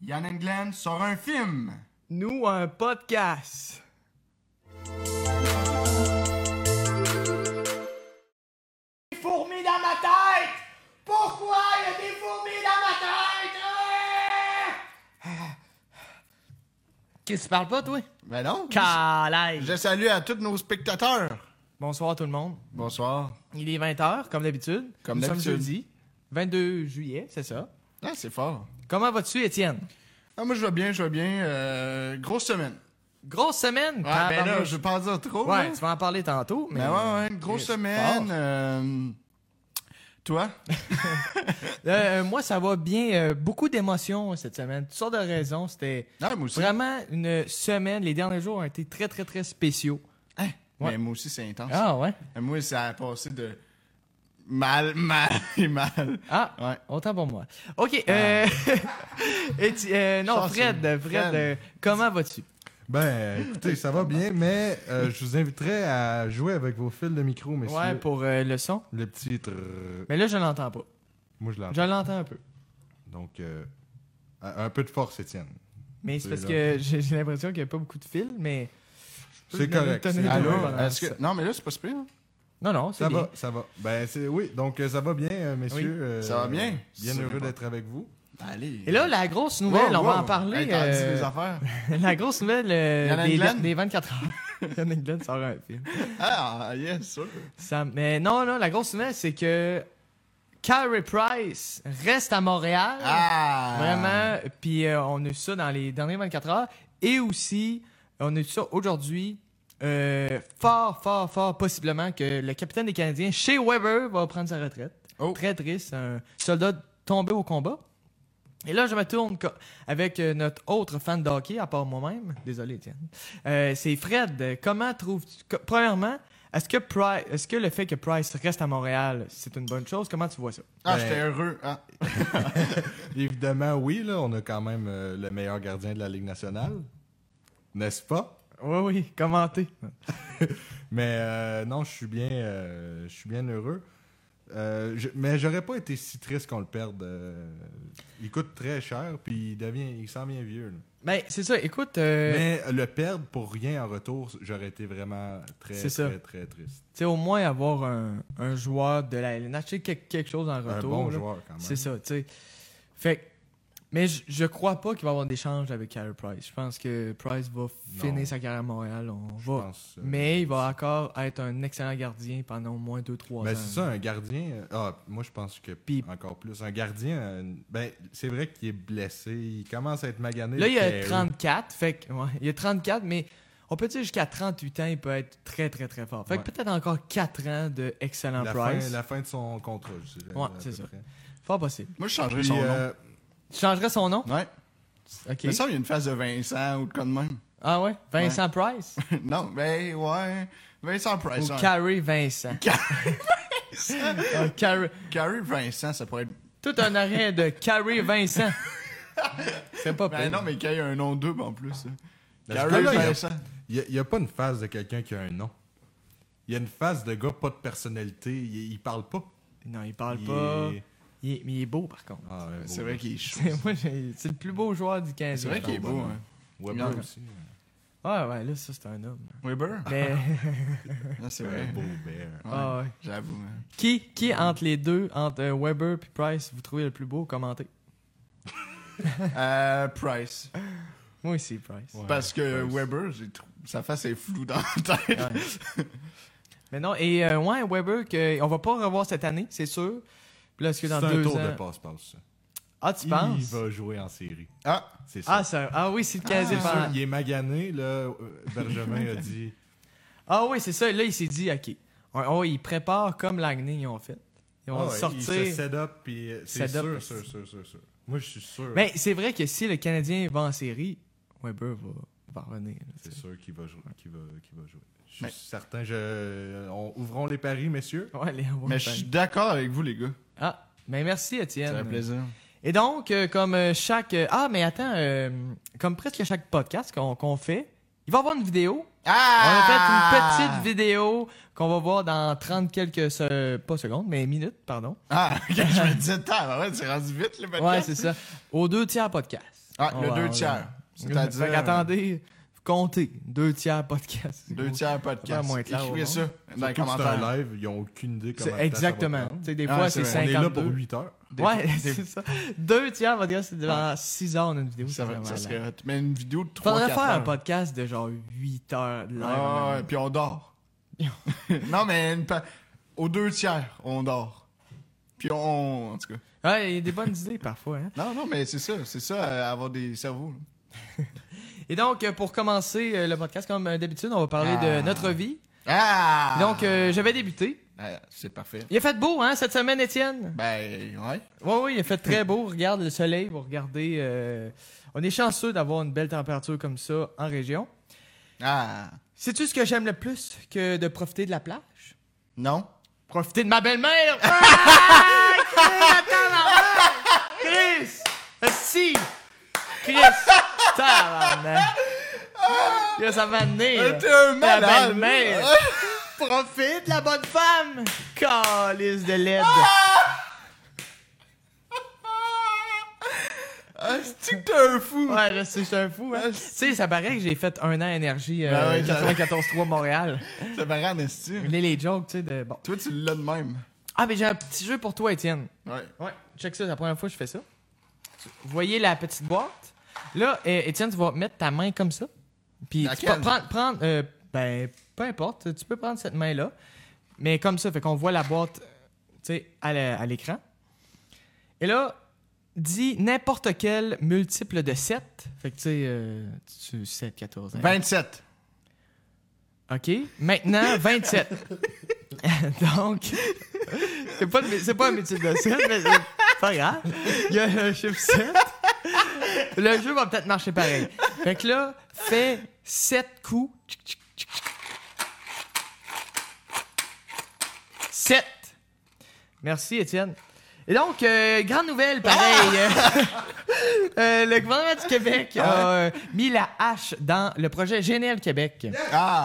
Yann and Glenn sort un film. Nous, un podcast. Des fourmis dans ma tête! Pourquoi il y a des fourmis dans ma tête? Qu'est-ce que tu parles pas, toi? Ben non. Calais. Je salue à tous nos spectateurs. Bonsoir tout le monde. Bonsoir. Il est 20h, comme d'habitude. Comme Nous sommes d'habitude. jeudi, 22 juillet, c'est ça. Ah, c'est fort. Comment vas-tu, Étienne? Ah, moi, je vais bien. Grosse semaine. Grosse semaine? Ouais, ben là, je vais pas en dire trop. Ouais, là. tu vas en parler tantôt. Mais Ben ouais, grosse semaine. Toi? moi, ça va bien. Beaucoup d'émotions cette semaine. Toutes sortes de raisons. C'était Ah, moi aussi. vraiment une semaine. Les derniers jours ont été très, très, très spéciaux. Hein? Ouais. Mais moi aussi, c'est intense. Ah, ouais? Moi, ça a passé de mal et mal. Ah, Ouais. autant pour moi. OK. Non, Ça, Fred, Fred. comment vas-tu? Ben, écoutez, ça va bien, mais je vous inviterais à jouer avec vos fils de micro, messieurs. Ouais, pour le son. Le petit trrr. Mais là, je l'entends pas. Moi, je l'entends. Je l'entends un peu. Donc, un peu de force, Étienne. Mais c'est C'est parce là. que j'ai l'impression qu'il n'y a pas beaucoup de fils, mais... C'est correct. Tenez c'est le Allô? deux correct. pendant Est-ce que... ça. Non, mais là, c'est pas super. Non, c'est Ça bien. va, ça va. Ben, oui, donc ça va bien, messieurs. Ça va bien? Bien C'est heureux bon. d'être avec vous. Allez. Et là, la grosse nouvelle, on va en parler. Hey, t'as dit les affaires. La grosse nouvelle Yann and Glenn? des 24 heures. Yann and Glenn sort un film. Ah, yes, sûr. Mais non, la grosse nouvelle, c'est que Carey Price reste à Montréal. Ah! Vraiment. Puis on a eu ça dans les dernières 24 heures. Et aussi, on a eu ça aujourd'hui. Fort possiblement que le capitaine des Canadiens, Shea Weber, va prendre sa retraite. Oh. Très triste. Un soldat tombé au combat. Et là, je me tourne avec notre autre fan de hockey, à part moi-même. Désolé, Étienne. C'est Fred. Comment trouves-tu... Premièrement, est-ce que le fait que Price reste à Montréal, c'est une bonne chose? Comment tu vois ça? Ah, Ben- j'étais heureux. Ah. Évidemment, oui, là, on a quand même le meilleur gardien de la Ligue nationale. N'est-ce pas? Oui, commentez. Mais non, je suis bien heureux. Mais j'aurais pas été si triste qu'on le perde. Il coûte très cher, puis il s'en vient vieux. Là. Ben, c'est ça. Écoute, Mais le perdre pour rien en retour, j'aurais été vraiment très, C'est ça. très, très triste. tu sais, au moins avoir un joueur de la LNH, tu sais, quelque chose en Un retour. bon là. joueur, quand même. C'est ça, tu sais. Fait que- mais je crois pas qu'il va y avoir d'échange avec Carey Price. Je pense que Price va finir sa carrière à Montréal. Je Va. pense, Mais il va encore être un excellent gardien pendant au moins 2-3 ans. Ben, c'est ça, un gardien. Moi, je pense que Puis- encore plus. Un gardien, c'est vrai qu'il est blessé. Il commence à être magané. Là, il a Carey. 34. Fait que, ouais, il a 34, mais on peut dire jusqu'à 38 ans, il peut être très, très, très fort. Fait que Ouais. peut-être encore 4 ans de excellent Price. La fin de son contrat, je dirais. Ouais, à c'est peu ça. près. Fort possible. Moi, je changerais Puis, son nom. Tu changerais son nom? Ouais. OK. Mais ça, il y a une phase de Vincent ou de quoi de même. Ah ouais? Vincent Price? Non, ben, ouais. Vincent Price. Ou ouais. Carey Vincent? Ah, Carey Vincent, ça pourrait être. Tout un arrêt de Carey Vincent. C'est pas Ben pire. non, mais qu'il y ait un nom double en plus. Dans ce Carey cas-là, Vincent. il n'y a pas une phase de quelqu'un qui a un nom. Il y a une phase de gars pas de personnalité. Il parle pas. Non, il parle Il pas. est- Mais il est beau, par contre. Ah, ouais, C'est beau. vrai qu'il est chaud. C'est le plus beau joueur du 15e. C'est vrai qu'il est beau, hein. Weber Non. aussi. Ouais, là, ça, c'est un homme. Weber? Mais, Ah, c'est Un vrai. beau bear. ah ouais. J'avoue. Hein. Qui entre les deux, entre Weber et Price, vous trouvez le plus beau? Commentez. Price. Moi aussi, Price. Ouais, Parce que Price. Weber, sa face est floue dans la tête. Ouais. Mais non, et ouais, Weber, on va pas revoir cette année, c'est sûr. Puis là, est-ce que C'est dans un 2 tour ans... de passe-passe, ça. Ah, tu Il penses? va jouer en série. Ah, C'est ça. Ah oui, c'est le 15e. C'est sûr, il est magané, là. Bergevin a dit... Ah oui, c'est ça. Là, il s'est dit, OK. Oh, il prépare comme Langny ils ont fait. Ils vont Ah ouais, sortir. Il se set up, puis c'est Set-up. sûr. Moi, je suis sûr. Mais c'est vrai que si le Canadien va en série, Weber va revenir. là, C'est tu sais. sûr qu'il va jouer. Je suis Mais- certain. Ouvrons les paris, messieurs. Ouais, les mais je suis d'accord avec vous, les gars. Ah, mais merci, Ça Étienne. fait plaisir. Et donc, comme chaque... Ah, mais attends, comme presque chaque podcast qu'on fait, il va y avoir une vidéo. On a fait une petite vidéo qu'on va voir dans 30 quelques... pas secondes, mais minutes, pardon. Ah, ok, je me disais, ouais, c'est rendu vite, le podcast. Ouais, c'est ça. Aux 2 tiers podcast. Ah, le 2 tiers. C'est-à-dire... Fait qu'attendez, comptez. 2 tiers podcast. 2 tiers podcast. Moins clair, Écrivez au ça dans les Surtout que c'est commentaires. un live, ils ont aucune idée comment C'est exactement. Tu sais, des Ah, fois, c'est c'est vrai. On est là 52. pour 8 heures. Ouais, c'est ça. 2 tiers podcast, c'est devant 6 heures d'une vidéo. Ça c'est serait vraiment hot. Mais une vidéo de 3-4 faudrait heures. faire un podcast de genre 8 heures live. Ah, ouais, puis on dort. Non, mais aux 2 tiers, on dort. Puis en tout cas. Ouais, il y a des bonnes idées parfois. Hein? Non, mais c'est ça, avoir des cerveaux. Et donc, pour commencer le podcast, comme d'habitude, on va parler de notre vie. Ah! Donc, je vais débuter. C'est parfait. Il a fait beau, hein, cette semaine, Étienne? Ben, ouais. Oui, il a fait très beau. Regarde le soleil, vous regardez. On est chanceux d'avoir une belle température comme ça en région. Ah! Sais-tu ce que j'aime le plus que de profiter de la plage? Non? Profiter de ma belle-mère! Ah! Chris! Si! Chris! Tabarnak! Ça m'a amené! T'es un La malade! belle-mère! Profite, la bonne femme! Calice de LED! Ah, c'est-tu que t'es un fou? Ouais, je sais, je suis un fou, hein? Tu sais, ça paraît que j'ai fait 1 an énergie Ben ouais, 94.3 Montréal. Ça paraît en esti. Les jokes, tu sais, de... Bon. Toi, tu l'as de même. Ah, mais j'ai un petit jeu pour toi, Étienne. Ouais. Ouais, check ça, c'est la première fois que je fais ça. Vous voyez la petite boîte? Là, Étienne, tu vas mettre ta main comme ça. Puis tu peux Laquelle? prendre ben, peu importe, tu peux prendre cette main-là. Mais comme ça, fait qu'on voit la boîte, tu sais, à l'écran. Et là, dis n'importe quel multiple de 7. Fait que tu sais, 7, 14. 27. OK. Maintenant, 27. Donc, c'est pas un multiple de 7, mais c'est pas grave. Il y a un chiffre 7. Le jeu va peut-être marcher pareil. Fait que là, fais 7 coups. 7. Merci, Étienne. Et donc, grande nouvelle, pareil. Le gouvernement du Québec a mis la hache dans le projet GNL Québec. Ah!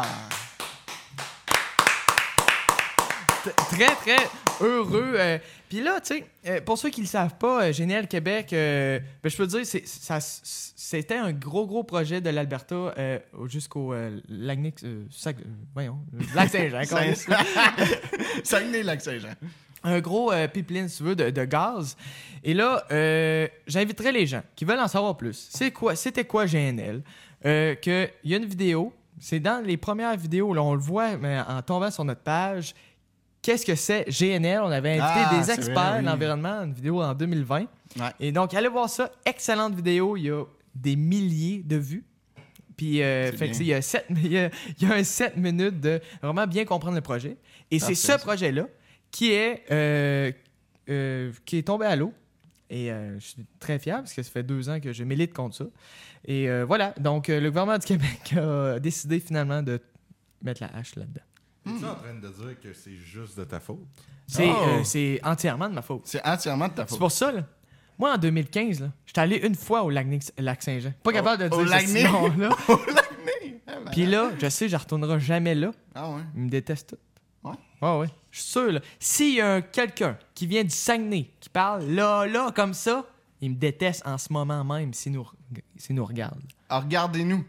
Très, très heureux. Puis là, tu sais, pour ceux qui ne le savent pas, GNL Québec, ben, je peux dire, c'était un gros projet de l'Alberta jusqu'au Lac-Saint-Jean. Saguenay-Lac-Saint-Jean. Un gros pipeline, si tu veux, de gaz. Et là, j'inviterais les gens qui veulent en savoir plus. C'était quoi GNL? Il y a une vidéo. C'est dans les premières vidéos, là, on le voit mais en tombant sur notre page. Qu'est-ce que c'est GNL? On avait invité des experts d'environnement, une vidéo en 2020. Ouais. Et donc, allez voir ça. Excellente vidéo. Il y a des milliers de vues. Puis, fait que, il y a un 7 minutes de vraiment bien comprendre le projet. Et c'est ce projet-là qui est tombé à l'eau. Et je suis très fier parce que ça fait 2 ans que je milite contre ça. Et voilà. Donc, le gouvernement du Québec a décidé finalement de mettre la hache là-dedans. Es-tu en train de dire que c'est juste de ta faute? C'est entièrement de ma faute. C'est entièrement de ta C'est faute. pour ça, là. Moi, en 2015, là, j'étais allé une fois au Lac-Saint-Jean. Pas capable de dire au ce Laguenay? nom-là. Au Laguenay! Puis là, je sais, je ne retournerai jamais là. Ah ouais? Ils me détestent tous. Ouais? Ouais. Je suis sûr, là. S'il y a quelqu'un qui vient du Saguenay, qui parle là, comme ça, il me déteste en ce moment même s'il nous regarde. Alors, regardez-nous.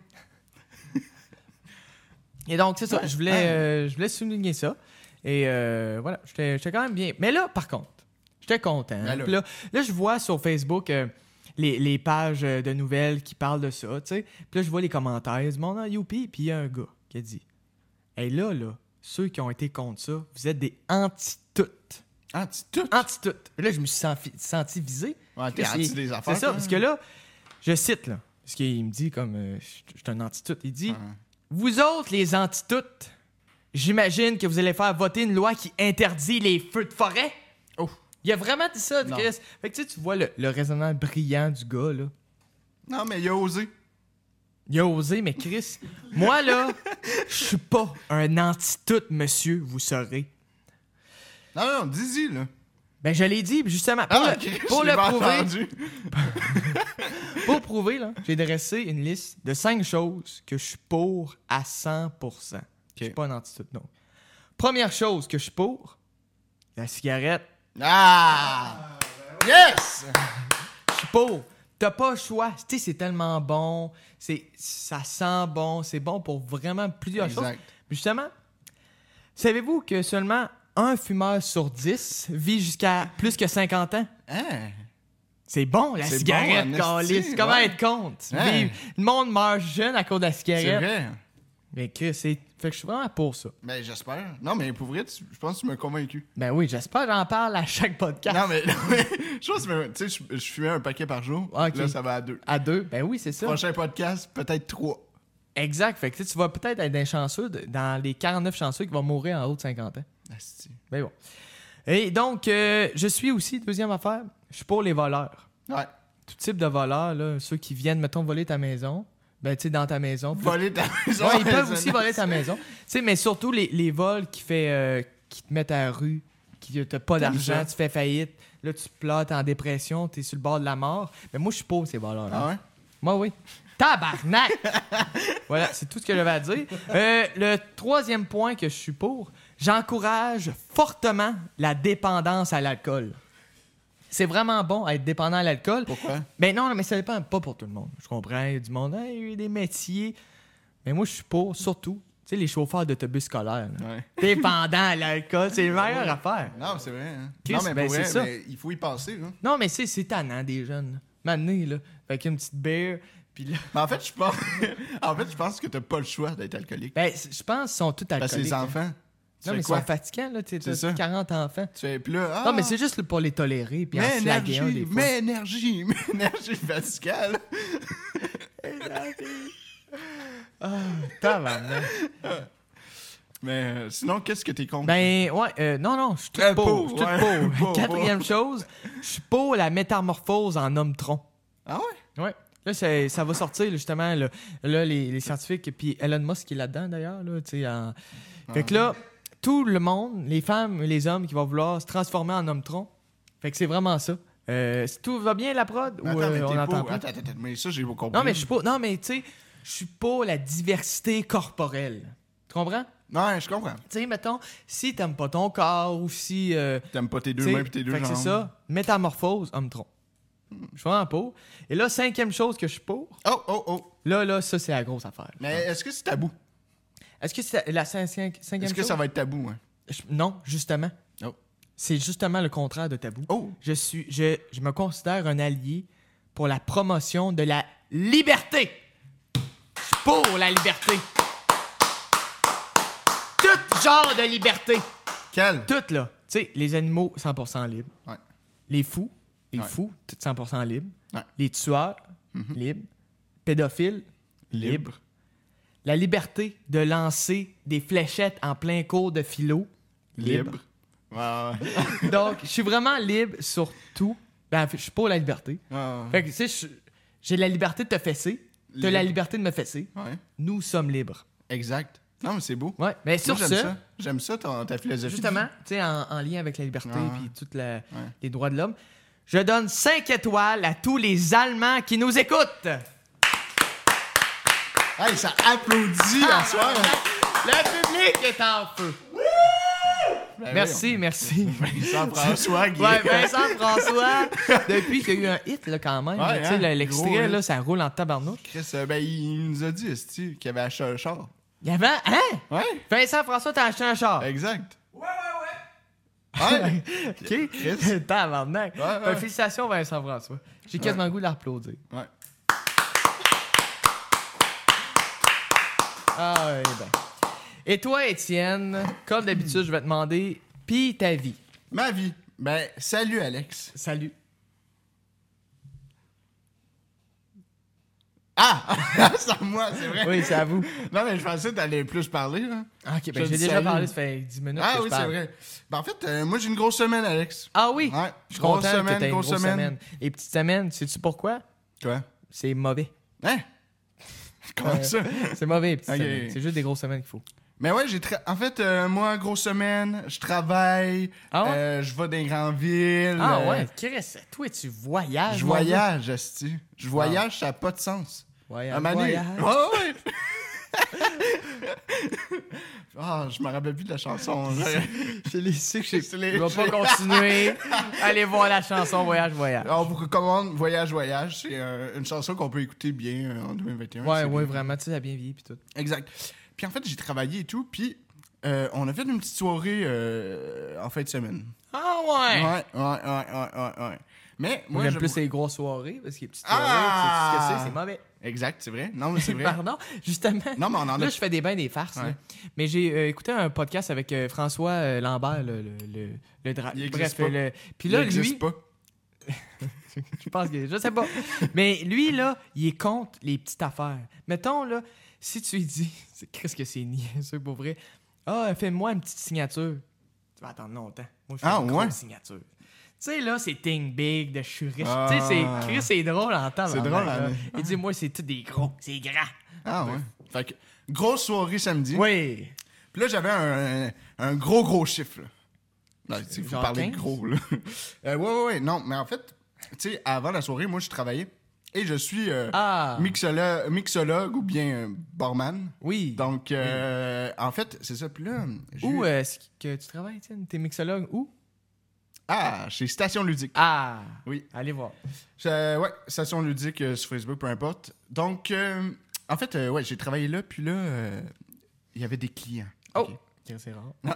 Et donc, c'est ça. Je voulais souligner ça. Et voilà, j'étais quand même bien. Mais là, par contre, j'étais content. Ben là. Puis là, je vois sur Facebook les pages de nouvelles qui parlent de ça, tu sais. Puis là, je vois les commentaires. Il y a du monde en youpi. Puis il y a un gars qui a dit « Hey, là, ceux qui ont été contre ça, vous êtes des anti-toutes. » Anti-tout? Anti-toutes. Et là, je me suis senti visé. Ouais, t'es anti des affaires. C'est ça, toi. parce que là, je cite, là, parce qu'il me dit comme je suis un anti-tout. Il dit Vous autres, les anti-toutes, j'imagine que vous allez faire voter une loi qui interdit les feux de forêt. Oh. Il a vraiment dit ça, Non. Chris. Fait que tu vois le raisonnement brillant du gars, là. Non, mais il a osé. Il a osé, mais Chris, moi, là, je suis pas un anti-tout, monsieur, vous saurez. Non, dis-y, là. Ben, je l'ai dit, justement. Pour le prouver, pour prouver, là, j'ai dressé une liste de 5 choses que je suis pour à 100%. Je suis pas un anti-tout, non. Première chose que je suis pour, la cigarette. Ah! Yes! Je suis pour. t'as pas le choix. Tu sais, c'est tellement bon. Ça sent bon. C'est bon pour vraiment plusieurs choses. Exact. Justement, savez-vous que seulement un fumeur sur 10 vit jusqu'à plus que 50 ans? Hein? C'est bon, la C'est cigarette, bon, en esti, câlisse. Comment ouais. être contre? Ouais. Le monde meurt jeune à cause de la C'est cigarette. vrai. Mais que c'est... Fait que je suis vraiment pour ça. Ben, j'espère. Non, mais pour vrai, je pense que tu m'as convaincu. Ben oui, j'espère que j'en parle à chaque podcast. Non, mais je pense que tu sais, je fumais un paquet par jour. Ok. Là, ça va à 2. À 2, ben oui, c'est ça. Prochain podcast, peut-être 3. Exact. Fait que tu vas peut-être être dans les 49 chanceux qui vont mourir en haut de 50 ans. Asti. Mais bon. Et donc, je suis aussi, deuxième affaire, je suis pour les voleurs. Ouais. Tout type de voleurs, là, ceux qui viennent, mettons, voler ta maison. Ben, tu sais, dans ta maison. Voler ta maison. Ouais, ils peuvent aussi voler ta maison. Tu sais, mais surtout les vols qui te mettent à la rue, qui t'as pas T'aimes d'argent, ça? tu fais faillite, là, tu pleures, t'es en dépression, t'es sur le bord de la mort. Mais moi, je suis pour ces voleurs. Ah ouais? Moi, oui. Tabarnak! Voilà, c'est tout ce que j'avais à dire. Le troisième point que je suis pour, j'encourage fortement la dépendance à l'alcool. C'est vraiment bon à être dépendant à l'alcool. Pourquoi? Ben non, mais ça dépend pas pour tout le monde. Je comprends, il y a du monde, il y a des métiers. Mais moi, je suis pour, surtout, tu sais, les chauffeurs d'autobus scolaires. là. Ouais. Dépendant à l'alcool, c'est la meilleure affaire. Non, c'est vrai. Hein? Chris, Non, mais ben, pour vrai, c'est ça. mais il faut y passer. Là. Non, mais c'est tannant des jeunes. Là. Mané, là, avec une petite bière, puis là... Mais en fait, je pense que t'as pas le choix d'être alcoolique. Ben, je pense qu'ils sont tous alcooliques. Parce que les hein. enfants. Tu Non, fais mais ils quoi? sont fatigants, là. Tu C'est ça. sais, 40 enfants. Tu fais, puis là, ah, Non, mais c'est juste pour les tolérer, puis en mais slaguer un énergie, des fois. mais énergie fatigale. Tabarnak. Mais sinon, qu'est-ce que t'es contre? Ben, ouais, non, je suis tout pour. Je suis tout ouais. pour. Pour, Quatrième chose, je suis pour la métamorphose en homme-tronc. Ah ouais? Ouais. Là, ça va sortir, là, justement, là, les scientifiques, puis Elon Musk qui est là-dedans, d'ailleurs, là, tu sais, Fait que là, tout le monde, les femmes, les hommes qui vont vouloir se transformer en homme-tronc. Fait que c'est vraiment ça. Si tout va bien, la prod, ou Attends, mais on t'es entend pas... pas? Attends, mais ça, j'ai pas compris. Non, mais je suis pas... Non, mais tu sais, je suis pas la diversité corporelle. Tu comprends? Ouais, je comprends. Tu sais, mettons, si t'aimes pas ton corps ou si... T'aimes pas tes deux t'sais, mains pis tes deux fait que jambes. c'est ça, métamorphose, homme-tronc. Je suis vraiment pour. Et là, cinquième chose que je suis pour, Oh. là, ça, c'est la grosse affaire. Mais est-ce que c'est tabou? Est-ce que c'est la cinquième Est-ce que chose? ça va être tabou, hein? Non, justement. Oh. C'est justement le contraire de tabou. Oh! Je me considère un allié pour la promotion de la liberté. Je suis pour la liberté. Tout genre de liberté. Quel? Tout, là. Tu sais, les animaux, 100% libres. Ouais. Les fous, Ouais. tout 100% libres. Ouais. Les tueurs, libres. Pédophiles, libres. La liberté de lancer des fléchettes en plein cours de philo, libre. Ouais. Donc, je suis vraiment libre sur tout. Ben, je suis pour la liberté. Ouais. Fait que, tu sais, j'ai la liberté de te fesser. T'as la Libre. liberté de me fesser. Ouais. Nous sommes libres. Exact. Non, mais c'est beau. Ouais. Mais Moi, sur j'aime ce, ça. J'aime ça, ta philosophie. justement, tu sais, en lien avec la liberté Ouais. puis tous les droits de l'homme, je donne 5 étoiles à tous les Allemands qui nous écoutent. Hey, ça applaudit à soir. Le public est en feu. Ben Merci. oui, Jean-François Guy. Ouais, Vincent François, depuis qu'il y a eu un hit là, quand même, Ouais, tu sais, hein, l'extrait, gros hit. là, ça roule en tabarnouche. Chris, ben, il nous a dit, esti, qu'il avait acheté un char. Il y avait... Hein? Ouais, Vincent François, t'as acheté un char. exact. Ouais. Ouais. OK? Chris. Tabarnak. Ouais. Félicitations, Vincent François. J'ai quasiment le goût de l'applaudir. Ouais. Ah, oui, ben. Et toi, Étienne, comme d'habitude, je vais te demander, pis ta vie. Ma vie. Ben, salut, Alex. Salut. Ah! C'est à moi, c'est vrai. Oui, c'est à vous. Non, mais je pensais que t'allais plus parler, là. Ah, OK, ben Je j'ai dis déjà salut. parlé, ça fait 10 minutes Ah que oui, je c'est parle. vrai. Ben, en fait, moi, j'ai une grosse semaine, Alex. Ah oui? Ouais. Je suis content que t'aies une grosse grosse semaine. Et petite semaine, sais-tu pourquoi? Quoi? C'est mauvais. Hein? Comment ça? C'est mauvais, les petites Ok. semaines. C'est juste des grosses semaines qu'il faut. Mais ouais, en fait, moi, grosse semaine, je travaille, Ah ouais? je vais dans les grandes villes. Ah ouais, Chris, toi, tu voyages. Je mon gars. voyage, esti. Je voyage, ça n'a pas de sens. Voyage, Un moment donné- voyage. Ouais, ouais. Ah, je me rappelle plus de la chanson. Je les sais que Je l'ai- je vais pas continuer. Allez voir la chanson Voyage, Voyage. On vous recommande Voyage, Voyage. C'est une chanson qu'on peut écouter bien en 2021. Ouais, C'est ouais, bien. vraiment, tu sais, ça a bien vieilli, puis tout. Exact. Puis en fait, j'ai travaillé et tout, puis on a fait une petite soirée en fin de semaine. Ah ouais! Ouais. Mais Moi, moi, j'aime je- plus les grosses soirées, parce que les petites soirées, Ah! tu sais ce que c'est mauvais. Exact, c'est vrai. Non, mais c'est vrai. Pardon, justement. Non, mais on en a... Là, je fais des farces. Ouais. Là. Mais j'ai écouté un podcast avec François Lambert, le Il existe pas. Puis là, Il existe lui, pas. je pense que... Je sais pas. Mais lui, là, il est contre les petites affaires. Mettons, là, si tu lui dis... Qu'est-ce que c'est niaiseux, pour vrai? Ah, fais-moi une petite signature. Tu vas attendre longtemps. Moi, je fais Ah, une ouais? grosse signature. Tu sais, là, c'est Think Big, de je suis riche. Ah. Tu sais, Chris, c'est drôle en temps. C'est drôle, hein? Il dit, moi, c'est tout des gros, c'est grand. Ah ouais. Fait que, grosse soirée samedi. Oui. Puis là, j'avais un gros chiffre. Là. Non, il faut Genre parler 15? de gros, là. Ouais. Non, mais en fait, tu sais, avant la soirée, moi, je travaillais. Et je suis mixologue ou bien barman. Oui. Donc, en fait, c'est ça. Puis là, Où est-ce que tu travailles, Étienne? T'es mixologue où? chez Station Ludique. Ah! Oui. Allez voir. Ouais, Station Ludique sur Facebook, peu importe. Donc, en fait, ouais, j'ai travaillé là, puis là, il y avait des clients. Oh! Ok. C'est rare.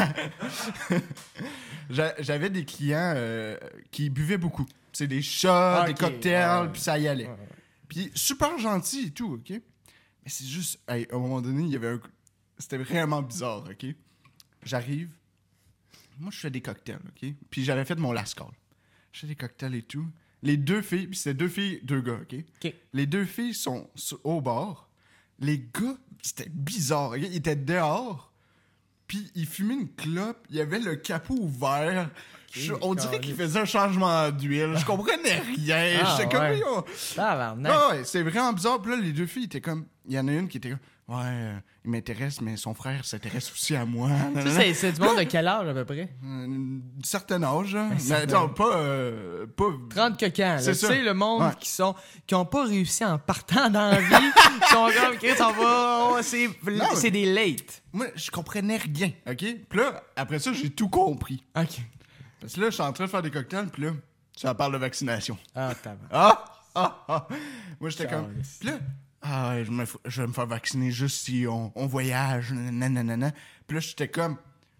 J'avais des clients qui buvaient beaucoup. C'est des shots, des Ok, cocktails, ouais. puis ça y allait. Ouais. Puis super gentil et tout, OK? Mais c'est juste, hey, à un moment donné, il y avait c'était vraiment bizarre, OK? J'arrive, moi, je fais des cocktails, OK? Puis j'avais fait mon last call. Je fais des cocktails et tout. Les deux filles, puis c'était 2 filles, 2 gars, OK? OK. Les 2 filles sont au bar. Les gars, c'était bizarre, OK? Ils étaient dehors, puis ils fumaient une clope. Il y avait le capot ouvert. On dirait qu'ils faisaient un changement d'huile. Je comprenais rien. Ah, J'étais ouais. comme... Tabarnak. Ouais, c'est vraiment bizarre. Puis là, les 2 filles étaient comme... Il y en a une qui était comme... Ouais, il m'intéresse, mais son frère s'intéresse aussi à moi. Ça, c'est du monde de quel âge, à peu près? Un certain âge. Hein. Mais attends, pas... 30 coquins, là. C'est Tu ça. sais, le monde Ouais. qui ont pas réussi en partant dans la vie, qui sont comme, Chris, on va... oh, c'est des late. Moi, je comprenais rien, OK? Puis là, après ça, j'ai tout compris. OK. Parce que là, je suis en train de faire des cocktails, puis là, ça parle de vaccination. Ah, tabarnak. Moi, j'étais comme... Calisse. Puis là... Ah ouais, je vais me faire vacciner juste si on voyage, nanana. Puis là, j'étais comme...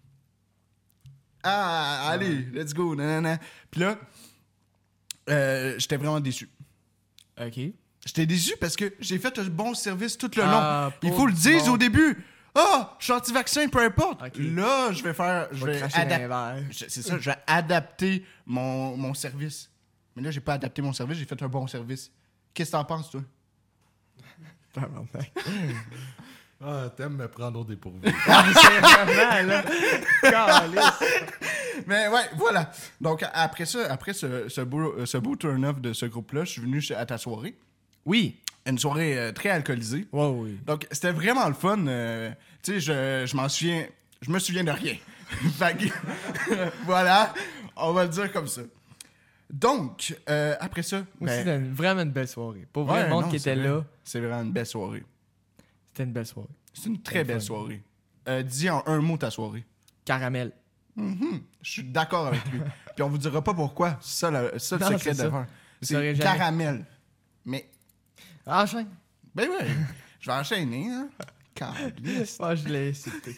Ah, allez, let's go, nanana. Puis là, j'étais vraiment déçu. OK. J'étais déçu parce que j'ai fait un bon service tout le Ah, long. Il pas faut le dire bon. au début. Ah, je suis anti-vaccin, peu importe. Ok. Là, je vais faire... Je vais Cracher dans les verres. C'est ça, je vais adapter mon service. Mais là, j'ai pas adapté mon service, j'ai fait un bon service. Qu'est-ce que t'en penses, toi? Tabarnak. Ah, t'aimes me prendre au dépourvu. C'est vraiment, là. Calisse. Mais ouais, voilà. Donc, après ça, après ce beau turn-off de ce groupe-là, je suis venu à ta soirée. Oui. Une soirée très alcoolisée. Ouais, oui. Donc, c'était vraiment le fun. Tu sais, je m'en souviens... Je me souviens de rien. Fait que, voilà. On va le dire comme ça. Donc, après ça... Moi, c'était vraiment une belle soirée. Pour vrai, ouais, le monde non, qui c'est était vrai. là, C'est vraiment une belle soirée. c'était une belle soirée. C'est une très C'est belle fun. soirée. Dis en un mot ta soirée. Caramel. Je suis d'accord avec lui. Puis on vous dira pas pourquoi. C'est ça, le Non, secret c'est ça. d'affaire. Vous saurez C'est jamais. caramel. Mais, Enchaîne. ben ouais, je vais enchaîner, hein. Calisse. Ah, je l'ai cité.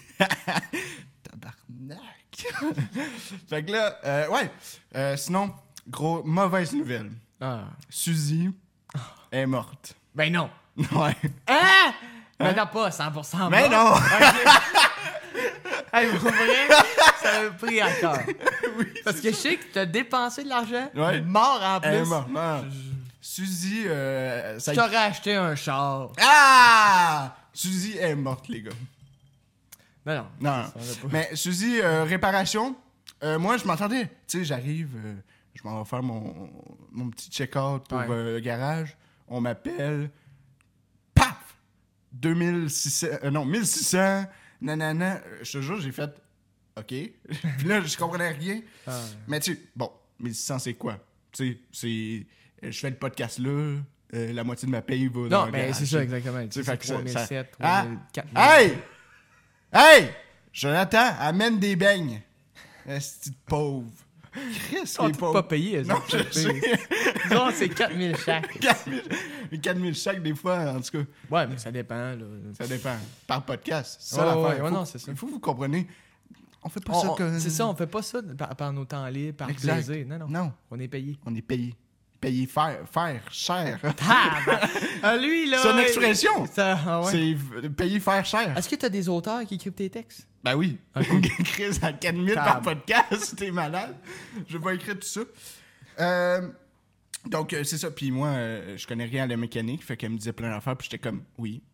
Tabarnak. Fait que là, ouais. Sinon, mauvaise nouvelle. Ah. Suzy est morte. Ben non. Ouais. Hein? Ben non, pas 100% Mais mort. non! Hey, pour vrai, ça m'a pris à cœur. Parce que je sais que t'as dépensé de l'argent, Ouais. mort en plus. Elle est morte. Non. Suzy, ça Je t'aurais acheté un char. Ah! Suzy est morte, les gars. Ben non. Non. Ça va pas. Mais Suzy, réparation, moi, je m'attendais. Tu sais, j'arrive, je m'en vais faire mon petit check-out pour Ouais. le garage. On m'appelle. Paf! 2600, non, 1600, nanana. Je te jure, j'ai fait OK. Puis là, je comprenais rien. Ah. Mais tu sais, bon, 1600, c'est quoi? Tu sais, je fais le podcast là. la moitié de ma paye va dans Non, le mais garage. c'est ça, exactement. Tu sais, C'est fait que ça- 3007, Ah! 4000. Hey! Hey! Jonathan, amène des beignes. Est-ce de pauvre? Chris, Ils sont les tous pauvres. pas payés, Non, je sais. Disons, c'est 4000 chaque. 4000 chaque, des fois, en tout cas. Ouais, mais ça dépend, là. Ça dépend. Par podcast. C'est ça Ouais, l'affaire. ouais, Il ouais, faut- non, c'est ça. Il faut que vous compreniez. On fait pas ça comme... C'est ça, on fait pas ça par nos temps libres, par Exact. plaisir. Non, non. Non, On est payé. on est payé. Payé faire cher. Ah, lui, là. C'est une expression. Ah, ouais. C'est payer faire cher. Est-ce que t'as des auteurs qui écrivent tes textes? Ben oui. Ok. Chris, à 4000 par podcast, t'es malade. Je vais pas écrire tout ça. Donc, c'est ça. Puis moi, je connais rien à la mécanique. Fait qu'elle me disait plein d'affaires. Puis j'étais comme, oui.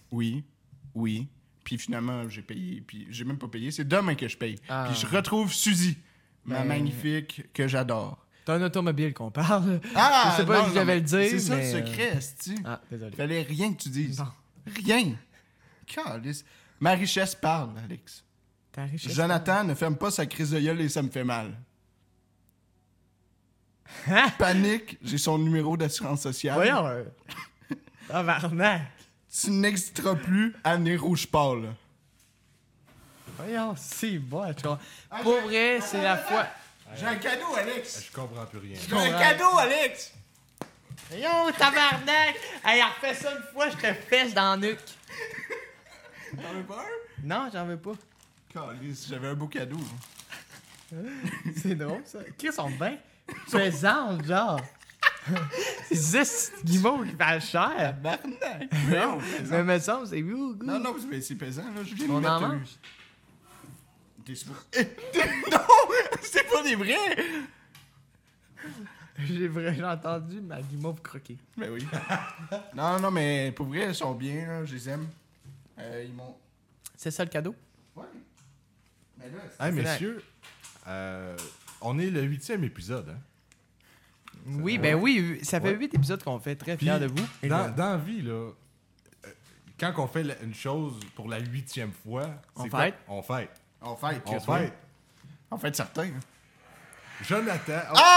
Puis finalement, j'ai payé. Puis j'ai même pas payé. C'est demain que je paye. Ah. Puis je retrouve Suzy, ma Ben- magnifique, que j'adore. T'as un automobile qu'on parle. Ah! Je sais pas non, si j'avais non, le dire, C'est ça le mais, secret, esti. Ah, désolé. Fallait rien que tu dises. Non. Rien. Calice. Ma richesse parle, Alex. Ta richesse. Jonathan ne ferme pas sa crise de gueule et ça me fait mal. Hein? Panique, j'ai son numéro d'assurance sociale. Voyons. Tabarnak. Tu n'existeras plus à nez rouge pâle. Voyons, c'est bon. tu vois. Pour vrai, c'est la fois. J'ai un cadeau, Alex. Je comprends plus rien. J'ai un cadeau, Alex. Voyons, tabarnak. Hey, refais ça une fois, je te fesse dans le nuque. T'en veux pas un? Non, j'en veux pas. Calice, j'avais un beau cadeau. C'est drôle, ça. Chris, on bien pesant, genre. C'est juste Guimauve qui fait cher. Barnac. Mais me semble, c'est vous. Non, non, mais c'est pesant, là. Je viens de On mettre en un- mange? T'es sûr? Non! C'est pas des vrais! J'ai entendu ma Guimauve croquer. Ben oui. Non, mais pour vrai, ils sont bien, là. Je les aime. Ils m'ont... C'est ça le cadeau? Ouais. Mais là, Hey, C'est messieurs, on est le 8e épisode, hein? Oui, ben oui, ça fait Ouais. 8 épisodes qu'on fait. Très Puis, fiers de vous. Et dans de- la vie, là, quand on fait une chose pour la 8e fois, On c'est quoi? fête. On fête. on fête. On Chris, ouais. fête. On fête certains. hein. Jonathan.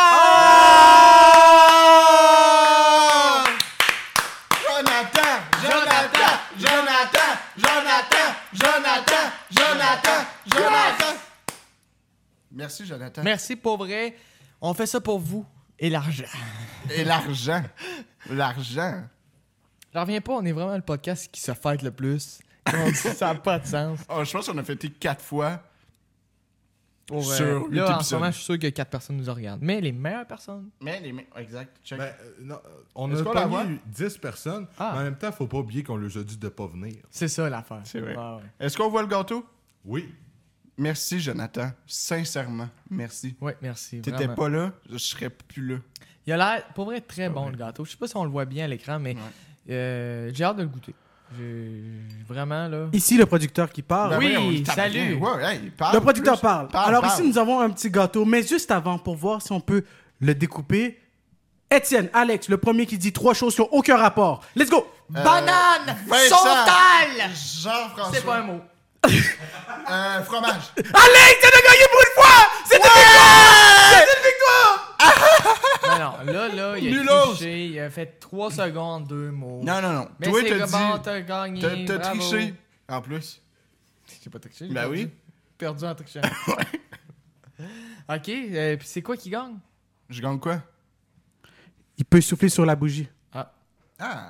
Jonathan! Merci, Jonathan. Merci pour vrai. On fait ça pour vous et l'argent. Et l'argent. L'argent. J'en reviens pas, on est vraiment le podcast qui se fête le plus. Comme on dit, ça n'a pas de sens. Oh, je pense qu'on a fêté 4 fois. Pour, Sur 8 là, en ce épisodes. moment, je suis sûr que 4 personnes nous regardent. Mais les meilleures personnes. Mais les exact. Check. Ben, non, on Est-ce a qu'on la pogné voit? 10 personnes, Ah. mais en même temps, faut pas oublier qu'on leur a dit de pas venir. C'est ça l'affaire. C'est vrai. Ouais, ouais. Est-ce qu'on voit le gâteau? Oui. Merci, Jonathan. Sincèrement, merci. Ouais, merci. T'étais vraiment. pas là, je serais plus là. Il a l'air, pour vrai, très bon le gâteau. Je sais pas si on le voit bien à l'écran, mais j'ai hâte de le goûter. Vraiment, là. Ici, le producteur qui parle. Ben oui, voyons, salut. Ouais, hey, parle Le producteur plus. parle. Alors ici, nous avons un petit gâteau, mais juste avant, pour voir si on peut le découper. Étienne, Alex, le premier qui dit 3 choses qui n'ont aucun rapport. Let's go! Banane! Vincent. Sautal! Jean-François. C'est pas un mot. Fromage. Alex, tu as gagné pour une fois! C'est une victoire! C'est une victoire! Non, là, il a Nulos. triché. Il a fait 3 secondes, 2 mots. Non. Mais Toi, c'est t'as bon, dit... t'as gagné. T'as bravo. triché. En plus. J'ai pas triché. Ben perdu. oui. Perdu en trichant. Ok, puis c'est quoi qui gagne? Je gagne quoi? Il peut souffler sur la bougie. Ah.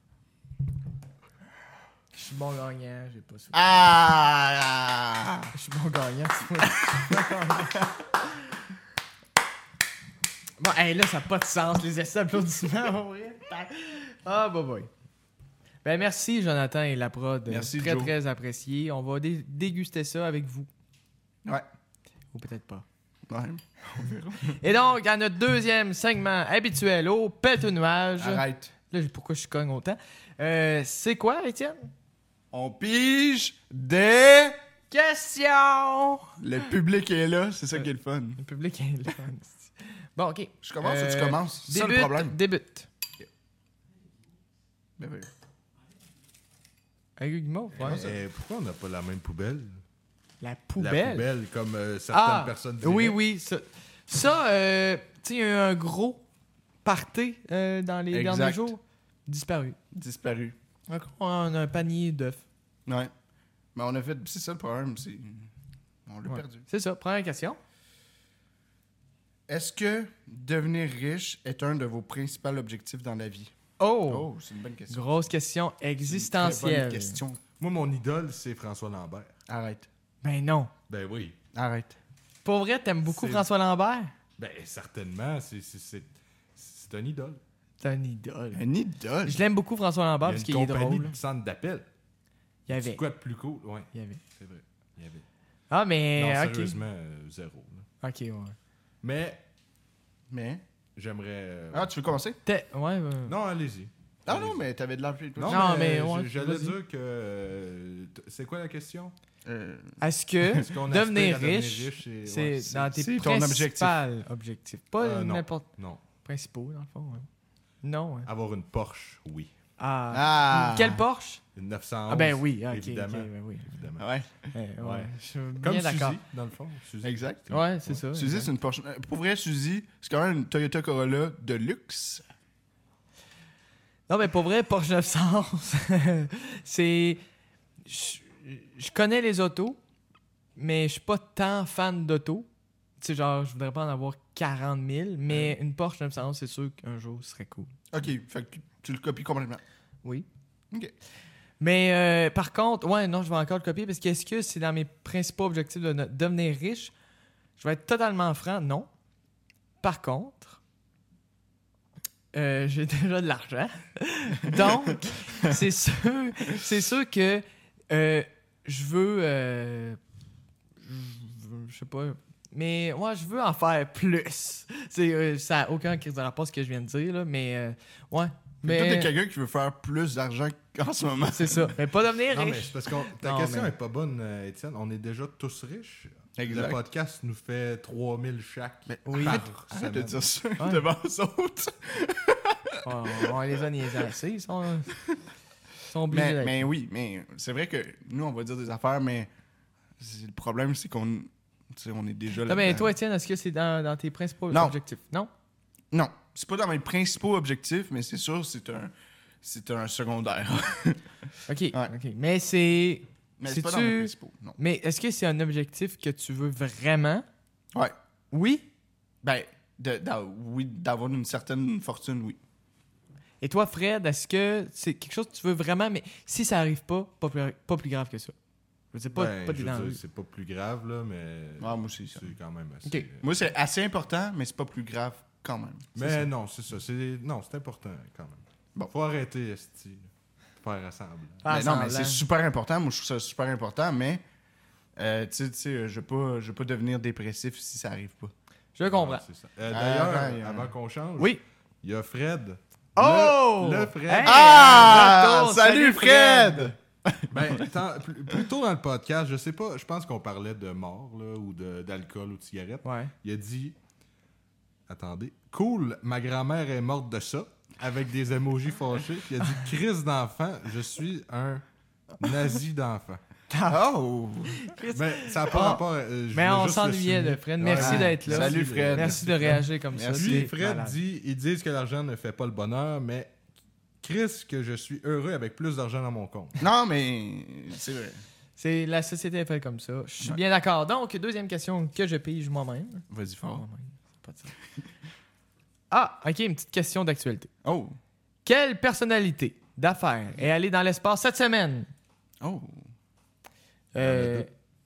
Je suis bon gagnant, j'ai pas su. Ah. Je suis bon gagnant, c'est moi. Bon, hey, là, ça n'a pas de sens, les essais applaudissements, en vrai. Ah, boy. Ben, merci, Jonathan et la prod. Merci, Très, Joe. très apprécié. On va déguster ça avec vous. Ouais. Ou peut-être pas. Ouais. Et donc, à notre deuxième segment habituel au pète au nuage. Arrête. Là, pourquoi je cogne autant? C'est quoi, Étienne? On pige des... Question! Le public est là, c'est ça qui est le fun. Le public est là. Bon, OK. Je commence ou tu commences? C'est ça le Débute, problème. Débute. Ben oui. Avec Guimauve, ouais. Pourquoi on n'a pas la même poubelle? La La poubelle. poubelle, comme certaines personnes diraient. Oui. Ça, tu sais, il y a eu un gros party dans les Exact. derniers jours. Disparu. Disparu. Donc, on a un panier d'œufs. Ouais. Mais on a fait... C'est ça le problème, c'est... On l'a Ouais. perdu. C'est ça. Première question. Est-ce que devenir riche est un de vos principaux objectifs dans la vie? Oh! C'est une bonne question. Grosse question C'est une très existentielle. bonne question. Moi, mon idole, c'est François Lambert. Arrête. Ben non. Ben oui. Arrête. Pour vrai, t'aimes beaucoup C'est- François Lambert? Ben certainement, c'est un idole. C'est un idole. Un idole. Je l'aime beaucoup, François Lambert, Il y a parce une qu'il est compagnie drôle. de centre d'appel. Il y avait. C'est quoi de plus cool? Ouais, Il y avait. c'est vrai. Il y avait. Ah, mais. Non, ok. sérieusement, zéro. là. Ok, ouais. Mais... J'aimerais... Ah, tu veux commencer? Ouais, Non, allez-y. Ah non, mais t'avais de l'argent. Non, mais ouais, j'allais vas-y. dire que... c'est quoi la question? Est-ce que Est-ce qu'on aspire devenir à devenir riche, et- c'est ouais, dans tes c'est ton principaux objectifs? Pas non. n'importe. Non. Principaux, dans le fond. Ouais. Non. Ouais. Avoir une Porsche, oui. Ah. Quelle Porsche? Une 911. Ah, ben oui, ok. évidemment. ok, ben oui. Évidemment. Ouais, Ouais, Ouais. Je suis Comme bien d'accord. Suzy, dans le fond. Suzy. exact. Ouais, c'est ça. Suzy, exact. c'est une Porsche. Pour vrai, Suzy, c'est quand même une Toyota Corolla de luxe. Non, mais pour vrai, Porsche 911, c'est. Je connais les autos, mais je suis pas tant fan d'auto. Tu sais, genre, je voudrais pas en avoir 40 000, mais une Porsche 911, c'est sûr qu'un jour, ce serait cool. OK, fait que tu le copies complètement. Oui. OK. Mais par contre, ouais, non, je vais encore le copier parce que est-ce que c'est dans mes principaux objectifs de devenir riche? Je vais être totalement franc, non. Par contre, j'ai déjà de l'argent. Donc, c'est sûr que je veux, je sais pas, mais moi, je veux en faire plus. Ça n'a aucun crise de rapport à ce que je viens de dire, là, mais ouais. Mais... Toi, t'es Mais quelqu'un qui veut faire plus d'argent qu'en ce moment. c'est ça. Mais pas devenir Non, mais riche. c'est parce que ta Non, question mais- est pas bonne, Étienne. On est déjà tous riches. Exact. Le podcast nous fait 3000 chaque. Oui. par Arrête de semaine. dire ça Ouais. devant eux autres. On les a niaisés assez. Ils sont obligés Mais, d'être. mais oui, mais c'est vrai que nous, on va dire des affaires, mais le problème, c'est qu'on tu sais, on est déjà là. Non, mais toi, Étienne, est-ce que c'est dans tes principaux Non. objectifs? Non? Non, c'est pas dans mes principaux objectifs, mais c'est sûr, c'est un secondaire. OK. Ouais. OK. Mais c'est... Mais c'est C'est-tu- pas dans mes principaux, non. Mais est-ce que c'est un objectif que tu veux vraiment? Ouais. Oui? Ben, oui, d'avoir une certaine fortune, oui. Et toi, Fred, est-ce que c'est quelque chose que tu veux vraiment, mais si ça arrive pas plus grave que ça? Je veux dire, pas Ben, des je veux dans la dire, rue. c'est pas plus grave, là, mais. Ah, moi aussi, ça. C'est quand même assez. Ok. Moi, c'est assez important, mais c'est pas plus grave quand même. Mais non, c'est ça. Non, c'est important quand même. Bon. Faut arrêter, Esti. Faire ensemble. Ah, Mais non, mais semblant. c'est super important. Moi, je trouve ça super important, mais tu sais, je veux pas devenir dépressif si ça arrive pas. Je comprends. Ouais, c'est ça. D'ailleurs, ouais, avant qu'on change, Oui. il y a Fred. Oh! Le Fred. Hey, Ah! retour. Salut, Fred! Ben, plus tôt dans le podcast, je sais pas, je pense qu'on parlait de mort, là, ou d'alcool ou de cigarette. Ouais. Il a dit, attendez, cool, ma grand-mère est morte de ça, avec des emojis fâchés. Puis il a dit, crise d'enfant, je suis un nazi d'enfant. Oh! Ben, ça n'a pas Ah. rapport. Je Mais voulais on juste s'ennuyait le de souligner. Fred. Merci Ouais. d'être là. Salut, Fred. Merci de réagir comme ça. Merci. Puis c'est Fred malade. dit, ils disent que l'argent ne fait pas le bonheur, mais Chris, que je suis heureux avec plus d'argent dans mon compte. Non, mais c'est vrai. C'est la société est faite comme ça. Je suis Ouais. bien d'accord. Donc, deuxième question que je pige moi-même. Vas-y fort. Moi-même, c'est pas de ça. Ah, ok, une petite question d'actualité. Oh! Quelle personnalité d'affaires est allée dans l'espace cette semaine? Oh! Euh,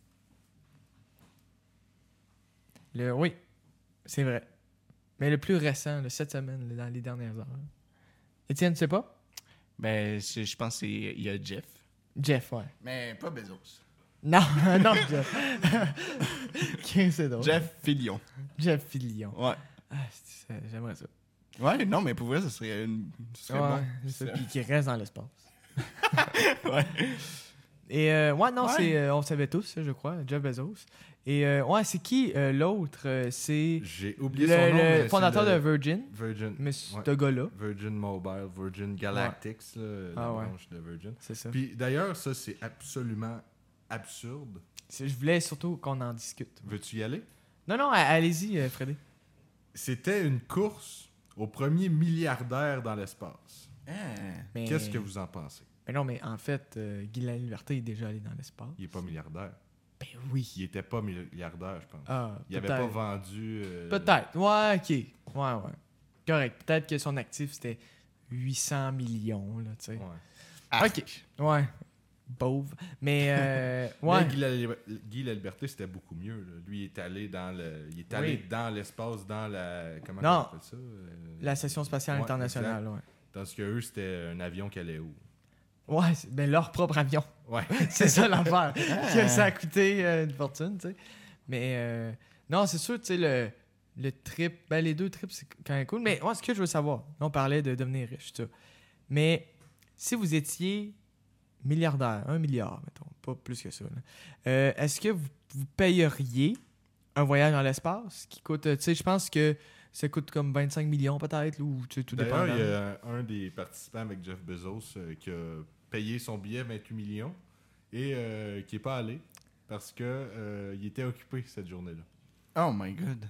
oui, c'est vrai. Mais le plus récent, cette semaine, dans les dernières heures. Étienne, tu sais pas? Ben, je pense qu'il y a Jeff. Jeff, ouais. Mais pas Bezos. Non, non, Jeff. Ok, c'est drôle. Jeff Fillion. Jeff Fillion. Ouais. Ah, j'aimerais ça. Ouais, non, mais pour vrai, ce serait Ouais, bon. c'est ça. Puis qui reste dans l'espace. Ouais. Et ouais, non, Ouais. c'est. On le savait tous, je crois, Jeff Bezos. Et ouais, c'est qui l'autre? C'est J'ai oublié son nom. mais le c'est fondateur le de Virgin. Virgin. Mais Ouais. ce gars-là, Virgin Mobile, Virgin Galactics, là, la Ah ouais. branche de Virgin. c'est ça. Puis d'ailleurs, ça, c'est absolument absurde. Je voulais surtout qu'on en discute. Veux-tu y aller? Non, non, allez-y, Freddy. C'était une course au premier milliardaire dans l'espace. Mais... Qu'est-ce que vous en pensez? Mais non, mais en fait, Guy Laliberté est déjà allé dans l'espace. Il est pas milliardaire. Ben oui. Il était pas milliardaire, je pense. Ah, Il avait peut-être. pas vendu... Peut-être. Ouais, OK. Ouais. Correct. Peut-être que son actif, c'était 800 millions, là, tu sais. Ouais. OK. Ouais. Pauvre. Mais, ouais. Mais Guy Laliberté, c'était beaucoup mieux. Là. Lui, il est allé dans dans l'espace, dans la... Comment Non. on appelle ça? La Station spatiale Ouais, internationale, exact. ouais. Tandis que eux, c'était un avion qui allait où? Ouais, ben leur propre avion. Ouais. C'est ça l'affaire. Que ça a coûté une fortune, tu sais. Mais non, c'est sûr, tu sais, le trip, ben les deux trips, c'est quand même cool. Mais moi, ce que je veux savoir, là, on parlait de devenir riche, tout ça. Mais si vous étiez milliardaire, 1 milliard, mettons, pas plus que ça, là, est-ce que vous payeriez un voyage dans l'espace qui coûte, tu sais, je pense que ça coûte comme 25 millions peut-être, ou tu sais, tout dépend. D'ailleurs, il y a un des participants avec Jeff Bezos qui a payé son billet 28 millions et qui n'est pas allé parce que il était occupé cette journée-là. Oh my God.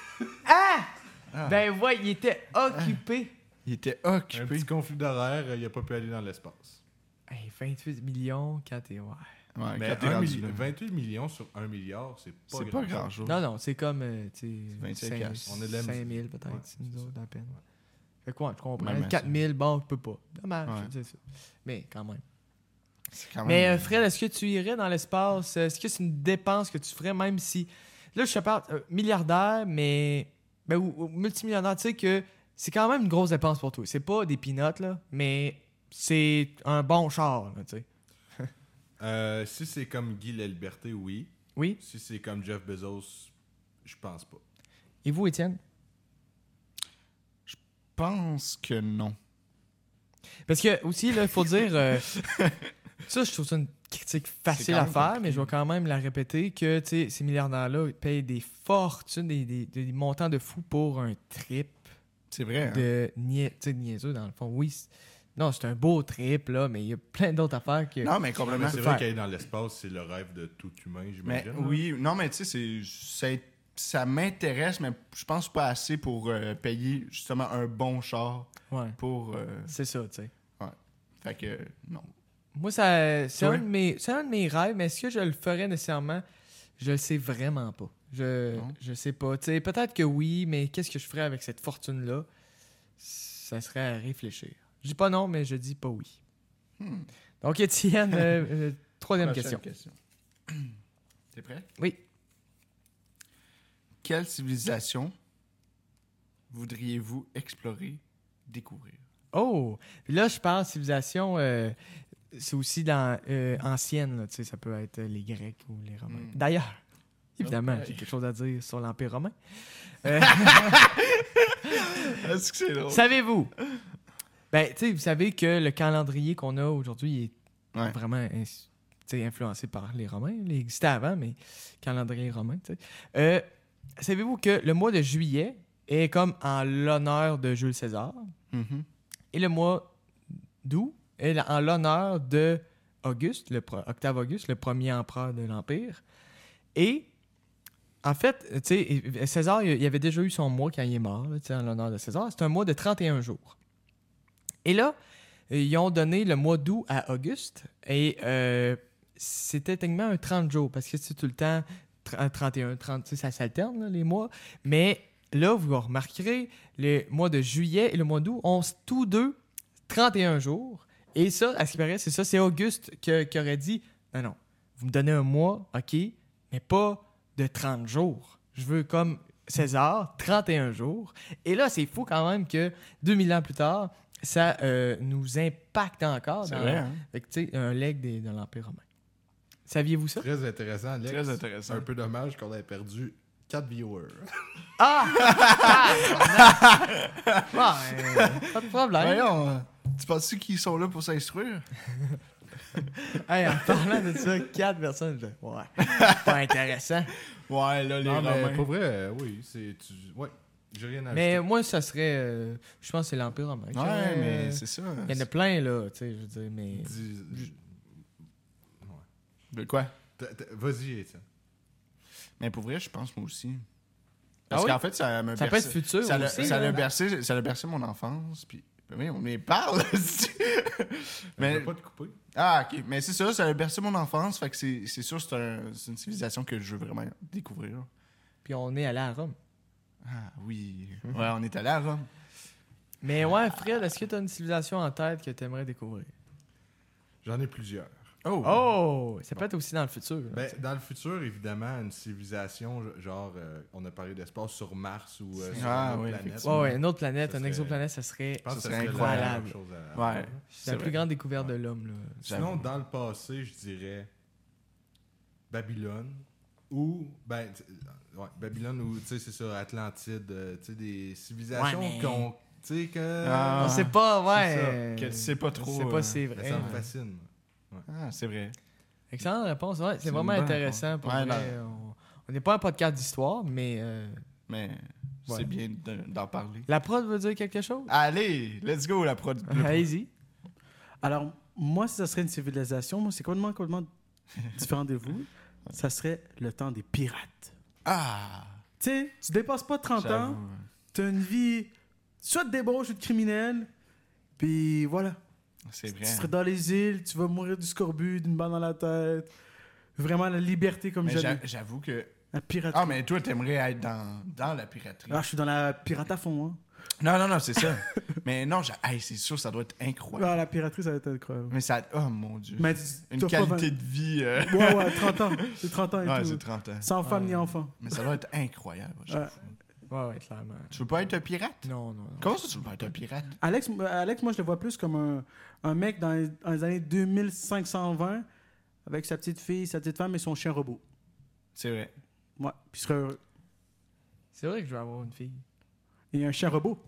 Ben ouais, il était occupé. Il était Un occupé. petit conflit d'horaire, il n'a pas pu aller dans l'espace. Hey, 28 millions quand t'es... Ouais. Ouais, Mais quand t'es rendu là. 28 millions sur 1 milliard, c'est pas C'est grand pas grand-chose. Non, c'est comme, tu 25 sais, piastres. On est de la 5 musique. 000 peut-être, Ouais, si nous c'est autres, ça. à peine. Fait quoi, je comprends. Même 4 000, bon, je peux pas. Dommage, Ouais. c'est ça. Mais quand même. C'est quand Mais même- Fred, est-ce que tu irais dans l'espace? Est-ce que c'est une dépense que tu ferais même si... Là, je te parle milliardaire, mais... Ben, ou multimillionnaire, tu sais que c'est quand même une grosse dépense pour toi. C'est pas des peanuts, là, mais c'est un bon char, là, tu sais. Si c'est comme Guy Laliberté, oui. Oui? Si c'est comme Jeff Bezos, je pense pas. Et vous, Étienne? Je pense que non. Parce que, aussi, là, il faut dire... ça, je trouve ça une critique facile quand à même faire, compliqué. mais je vais quand même la répéter que, tu sais, ces milliardaires-là ils payent des fortunes, des montants de fou pour un trip C'est vrai. Hein? de niaiseux, dans le fond. Oui, non, c'est un beau trip, là, mais il y a plein d'autres affaires que... Non, mais complètement. Mais c'est faire. vrai qu'aller dans l'espace, c'est le rêve de tout humain, Mais j'imagine. oui, non, mais tu sais, ça m'intéresse, mais je pense pas assez pour payer justement un bon char Ouais, pour. c'est ça, tu sais. Fait que non. Moi, c'est Toi? un de mes rêves, mais est-ce que je le ferais nécessairement? Je le sais vraiment pas. Non. Je sais pas. Tu sais, peut-être que oui, mais qu'est-ce que je ferais avec cette fortune-là? Ça serait à réfléchir. Je dis pas non, mais je dis pas oui. Donc, Étienne, troisième question. T'es prêt? Oui. Quelle civilisation voudriez-vous explorer, découvrir? Oh! Puis là, je parle civilisation, c'est aussi dans ancienne, là, tu sais, ça peut être les Grecs ou les Romains. D'ailleurs, évidemment, Ok. j'ai quelque chose à dire sur l'Empire romain. Est-ce que c'est drôle? Savez-vous? Ben, tu sais, vous savez que le calendrier qu'on a aujourd'hui est Ouais. vraiment tu sais, influencé par les Romains. Il existait avant, mais calendrier romain, tu sais. Savez-vous que le mois de juillet est comme en l'honneur de Jules César Mhm. et le mois d'août est en l'honneur de Auguste, Octave Auguste, le premier empereur de l'Empire. Et en fait, tu sais, César, il avait déjà eu son mois quand il est mort, là, tu sais, en l'honneur de César. C'est un mois de 31 jours. Et là, ils ont donné le mois d'août à Auguste et c'était techniquement un 30 jours parce que c'est tout le temps 31, 30, tu sais, ça s'alterne, là, les mois. Mais là, vous remarquerez, le mois de juillet et le mois d'août ont tous deux 31 jours. Et ça, à ce qui paraît, c'est ça, c'est Auguste qui aurait dit non, vous me donnez un mois, OK, mais pas de 30 jours. Je veux comme César, 31 jours. Et là, c'est fou quand même que 2000 ans plus tard, ça nous impacte encore. C'est dans, vrai, hein? fait que, tu sais, un leg de l'Empire romain. Saviez-vous ça? Très intéressant, Alex. Très intéressant. Un peu dommage qu'on ait perdu 4 viewers. Ah! Pas de problème. Voyons, tu penses qu'ils sont là pour s'instruire? Hey, en parlant de ça, 4 personnes, je... ouais, pas intéressant. Ouais, là, les Non, mais Romains. pour vrai, oui, c'est... Ouais, j'ai rien à Mais ajouter. moi, ça serait... je pense que c'est l'Empire romain. Ouais, mais c'est ça. Il y en a plein, là, tu sais, je veux dire, mais... De quoi? Vas-y, Étienne. Mais pour vrai, je pense moi aussi. Parce Ah oui? qu'en fait, ça m'a Ça peut être futur ça aussi. a là. bercé mon enfance. Puis Ben oui, on y parle. Mais... Mais pas te couper. ah, ok. Mais c'est ça a bercé mon enfance. Fait que c'est sûr, c'est une civilisation que je veux vraiment découvrir. Puis on est allé à Rome. Ah, oui. Ouais, on est allé à Rome. Mais ouais, Fred, est-ce que tu as une civilisation en tête que tu aimerais découvrir? J'en ai plusieurs. Oh! Oh! Ça peut être aussi dans le futur. là, Ben, tu sais. dans le futur, évidemment, une civilisation, genre, on a parlé d'espace sur Mars ou sur Ah, une autre oui, planète. effectivement. Ouais, une autre planète, Ça un serait- exoplanète, ça serait. Je pense que Ça ça serait serait incroyable. la meilleure chose à Ouais. faire. C'est la plus grande découverte de l'homme. Là. Sinon, dans le passé, je dirais Babylone ou Babylone ou tu sais c'est ça Atlantide, tu sais des civilisations Ouais, mais- qu'on tu sais que Ah. On sait pas, ouais. Que tu sais pas trop, On sait pas si c'est mais vrai. ça me fascine. Ah, c'est vrai. Excellente réponse. Ouais, c'est C'est vraiment une bonne intéressant. Pour réponse. Ouais, vrai. On n'est pas un podcast d'histoire, mais Mais Ouais. c'est bien d'en parler. la prod veut dire quelque chose? Allez, let's go, la prod. Allez-y. Alors, moi, si ça serait une civilisation, moi, c'est complètement différent de vous. Ça serait le temps des pirates. Ah! Tu sais, tu dépasses pas 30 ans, J'avoue. tu as une vie soit de débauche ou de criminel, puis voilà. C'est vrai. Tu serais dans les îles, tu vas mourir du scorbut, d'une balle dans la tête. Vraiment la liberté comme Mais jamais. j'avoue que... La piraterie. Ah, mais toi, t'aimerais être dans la piraterie. Ah, je suis dans la pirate à fond. Hein. Non, c'est ça. Mais non, hey, c'est sûr, ça doit être incroyable. Ah, la piraterie, ça va être incroyable. Mais ça... Oh, mon Dieu. Mais Une t'as pas qualité de vie... Ouais, 30 ans. C'est 30 ans et Ouais, tout. c'est 30 ans. Sans femme ni enfant. Mais ça doit être incroyable. je Ouais. trouve. Ouais, clairement. Tu veux pas être un pirate? Non, non. Comment ça, tu veux pas être un pirate? Alex, moi, je le vois plus comme un mec dans les années 2520 avec sa petite fille, sa petite femme et son chien robot. C'est vrai. Ouais, puis il serait heureux. C'est vrai que je vais avoir une fille. Et un chien robot.